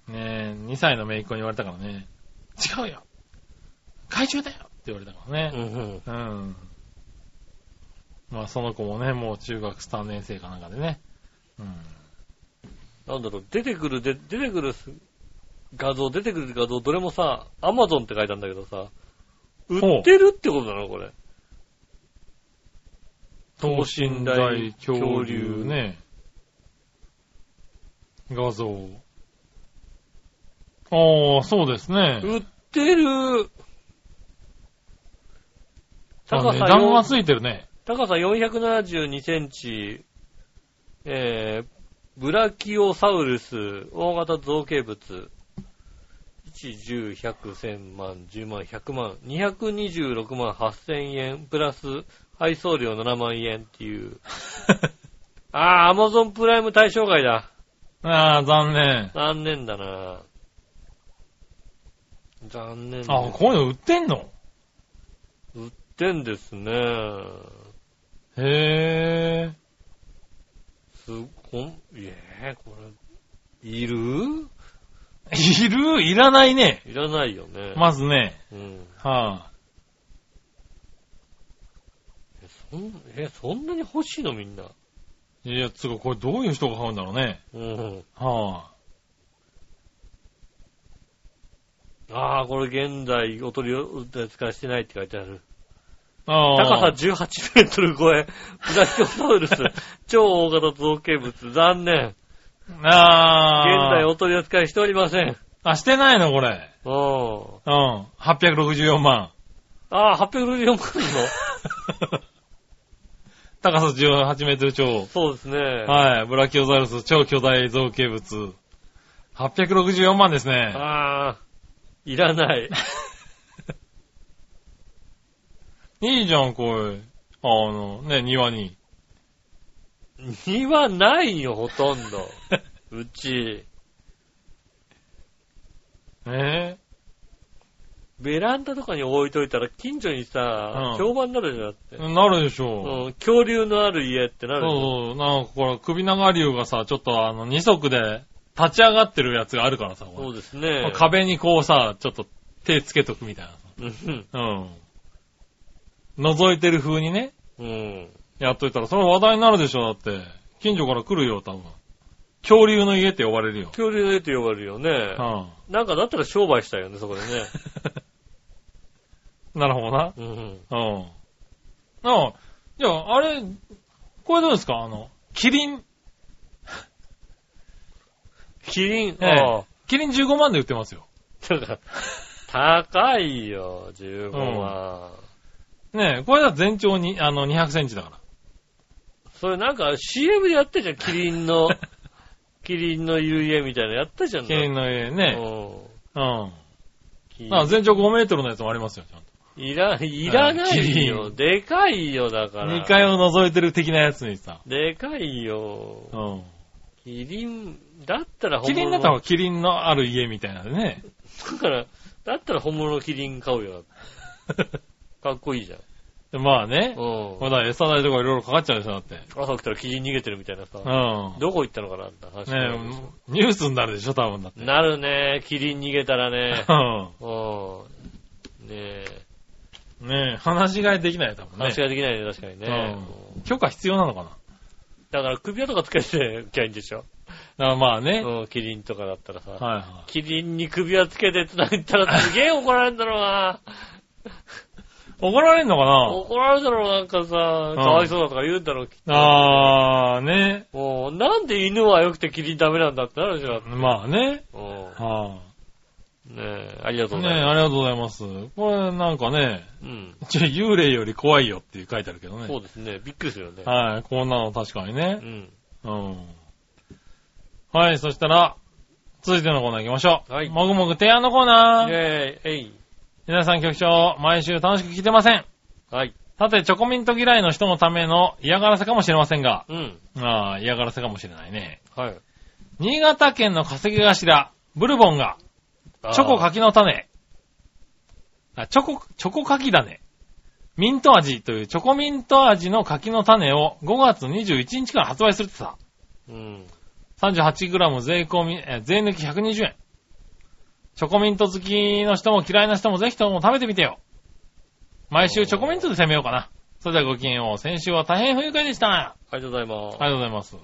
ねえ、にさいの姪っ子に言われたからね。違うよ怪獣だよって言われたからね。うん、うん。うん。まあその子もね、もう中学さんねん生かなんかでね。うん。 なんだろう、出てくる、で出てくる画像、出てくる画像、どれもさ、アマゾンって書いてあるんだけどさ、売ってるってことだな、これ。 等身大恐竜ね。画像。ああ、そうですね。 売ってる。 高さ値段がついてるね。 高さよんひゃくななじゅうにセンチ、えー、ブラキオサウルス、大型造形物、いち、じゅう、ひゃく、せんまん、じゅうまん、ひゃくまん、にひゃくにじゅうろくまんはっせんえん、プラス配送料ななまんえんっていう。あー、アマゾンプライム対象外だ。 あー、残念。 残念だな。残念だ。あ、こういうの売ってんの？ 売ってんですね。 へー。 すごん、えー、これ、いる？ いる？いらないね。 いらないよね。 まずね。 うん。 はぁ、 え、そん、え、そんなに欲しいのみんな。 いや、つうか、これどういう人が買うんだろうね。 うん。 はぁ、 ああ、これ現在お取り扱いしてないって書いてある。 あ高さじゅうはちメートル超え、ブラキオサウルス、超大型造形物、残念。 ああ。現在お取り扱いしておりません。 あ、してないのこれ。 うん。 うん。はっぴゃくろくじゅうよんまん。 ああ、はっぴゃくろくじゅうよんまんの高さじゅうはちメートル超。 そうですね。 はい。ブラキオサウルス超巨大造形物。はっぴゃくろくじゅうよんまんですね。 ああ。いらない。 いいじゃん、これ。あの、ね、庭に。 庭ないよ、ほとんど。うち。 えー、 ベランダとかに置いといたら近所にさ、評判になるじゃんって。 なるでしょう。 うん。恐竜のある家ってなるでしょ。 そうそう。なんかこれ首長竜がさ、ちょっとあの二足で立ち上がってるやつがあるからさ。 そうですね。 壁にこうさ、ちょっと手つけとくみたいな。 うん。 うん。覗いてる風にね。 うん。 やっといたら、それ話題になるでしょ、だって。近所から来るよ、多分。恐竜の家って呼ばれるよ。 恐竜の家って呼ばれるよね。うん。なんかだったら商売したいよね、そこでね。 なるほどな。 うん。うん。 ああ、じゃあ、あれ、これどうですかあの、キリン。 キリン、 ええ、ああ。キリンじゅうごまんで売ってますよ。 高いよ、じゅうごまん。ねえ、これだと全長に、あの、にひゃくセンチだから。 それなんか シーエム でやったじゃん、キリンの、キリンのいる家みたいなのやったじゃん。 キリンの家ね。うん。うん。あ、全長ごメートルのやつもありますよ、ちゃんと。 いら、いらないよ。でかいよ、だから。 にかいを覗いてる的なやつにさ。 でかいよ。うん。キリン、だったら本物。キリンだったらキリンのある家みたいなね。 だから、だったら本物のキリン買うよ。かっこいいじゃん。 まあね。うん。まだ餌代とかいろいろかかっちゃうでしょ、だって。 朝起きたらキリン逃げてるみたいなさ。うん。どこ行ったのかなって話。 ねえ、ニュースになるでしょ、多分だって。 なるね、キリン逃げたらね。うん。うん。ねえ。 ねえ、話し飼いできないよ、多分ね。 話し飼いできないね、確かにね。 うん。許可必要なのかな。 だから首輪とかつけてきゃいいんでしょ。 あ、まあね。 うん、キリンとかだったらさ。 はいはい。 キリンに首輪つけてって言ったらすげえ怒られるんだろうな。 怒られんのかな？ 怒られるだろう、なんかさ、かわいそうだとか言うんだろう、きっと。 あー、ね。 もう、なんで犬は良くてキリンダメなんだってなるじゃん。 まあね。 うん。 はぁ、ねえ、ありがとうございます。 ねえ、ありがとうございます。これなんかね、うん。ちょ、幽霊より怖いよって書いてあるけどね。 そうですね。びっくりするよね。 はい、こんなの確かにね。 うん。 うん。はい、そしたら、続いてのコーナー行きましょう。はい。もぐもぐ提案のコーナー。 イェーイ、えい。 皆さん局長、毎週楽しく聞いてません。 はい。 さて、チョコミント嫌いの人のための嫌がらせかもしれませんが。 うん。 ああ、嫌がらせかもしれないね。 はい。 新潟県の稼ぎ頭、ブルボンが、チョコ柿の種、あ、チョコ、チョコ柿種、ミント味というチョコミント味の柿の種をごがつにじゅういちにちから発売するってさ。 うん。 さんじゅうはちグラム 税込み、え、税抜きひゃくにじゅうえん。チョコミント好きの人も嫌いな人もぜひとも食べてみてよ。毎週チョコミントで攻めようかな。それではごきげんよう。先週は大変不愉快でした。 ありがとうございます。 ありがとうございます。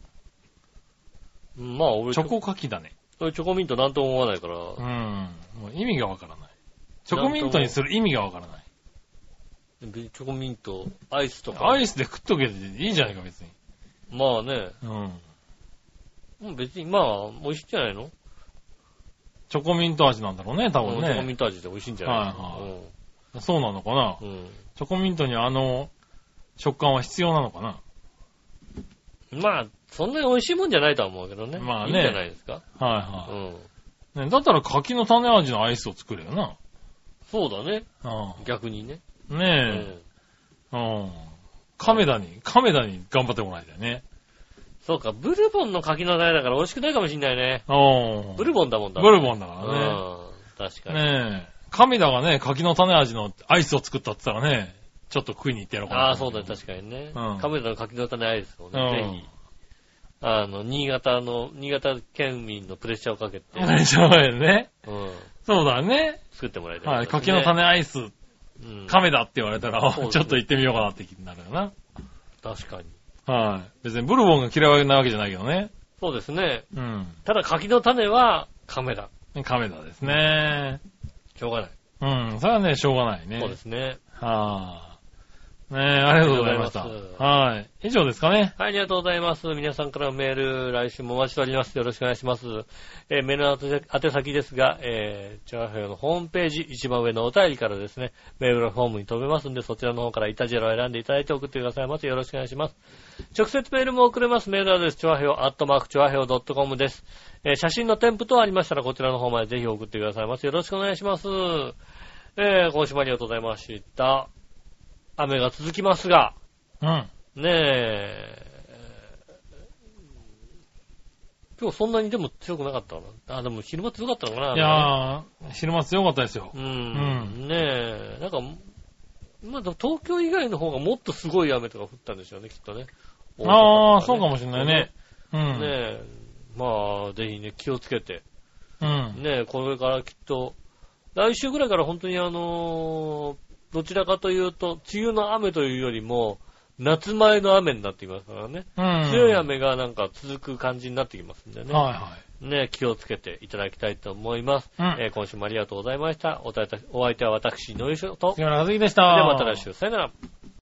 まあ俺、 チョコ柿だね。 チョコミントなんとも思わないから。 うん。もう意味がわからない。チョコミントにする意味がわからない。 チョコミント、アイスとか。 アイスで食っとけていいじゃないか、別に。 まあね。 うん。 別に、まあ、美味しいんじゃないの？ チョコミント味なんだろうね、多分ね。 チョコミント味で美味しいんじゃないの？はいはい。 うん、そうなのかな、うん、チョコミントにあの食感は必要なのかな。 まあ、そんなに美味しいもんじゃないとは思うけどね。まあね。いいんじゃないですか。 はいはい。うん。ね、だったら柿の種味のアイスを作るよな。 そうだね。 ああ逆にね。 ねえ。うん。うん。亀田に、亀田に頑張ってもらいたいね。 そうか、ブルボンの柿の種だから美味しくないかもしんないね。 うん。 ブルボンだもんだ、 ね。ブルボンだからね。 うん。確かに。 ねえ。亀田がね、柿の種味のアイスを作ったって言ったらね、ちょっと食いに行ってやろうかな。 ああ、そうだね、確かにね。うん。亀田の柿の種アイスをね、うん、ぜひ。あの、新潟の、新潟県民のプレッシャーをかけて。 プレッシャーをかけてね。 うん。 そうだね。 作ってもらいたい、 ね。はい、柿の種アイス、うん、亀田って言われたら、ちょっと行ってみようかなって気になるよな。 確かに。 はい。別にブルボンが嫌いなわけじゃないけどね。 そうですね。 うん。 ただ柿の種は亀田。 亀田ですね。 しょうがない。 うん。それはね、しょうがないね。 そうですね。 はぁ。ねえ、ありがとうございました。はい。以上ですかね。 はい、ありがとうございます。皆さんからのメール、来週もお待ちしております。よろしくお願いします。えー、メールの宛先ですが、えー、チャーハイのホームページ、一番上のお便りからですね、メールのフォームに飛べますんで、そちらの方からイタジェラを選んでいただいて送ってくださいませ。よろしくお願いします。直接メールも送れます。メールアドレス、チョアヘオ、アットマーク、チョアヘオ .com です。えー、写真の添付等ありましたら、こちらの方までぜひ送ってくださいませ。よろしくお願いします。えー、今週もありがとうございました。雨が続きますが、 うん。 ねえ、 今日そんなにでも強くなかったかな。あ、でも昼間強かったのかな。 いやー、昼間強かったですよ。 うん。うん、ねえ、なんか、まだ東京以外の方がもっとすごい雨とか降ったんでしょうね、きっとね。 ねああ、そうかもしれないね。うん。 ねえ、まあ、ぜひね、気をつけて。 うん。 ねえ、これからきっと、来週ぐらいから本当にあのー、どちらかというと、梅雨の雨というよりも、夏前の雨になってきますからね。うん。強い雨がなんか続く感じになってきますんでね。 はいはい。 ね、気をつけていただきたいと思います。うん。えー、今週もありがとうございました。お相手は私、のりしょと。 杉村和樹でした。 ではまた来週、さよなら。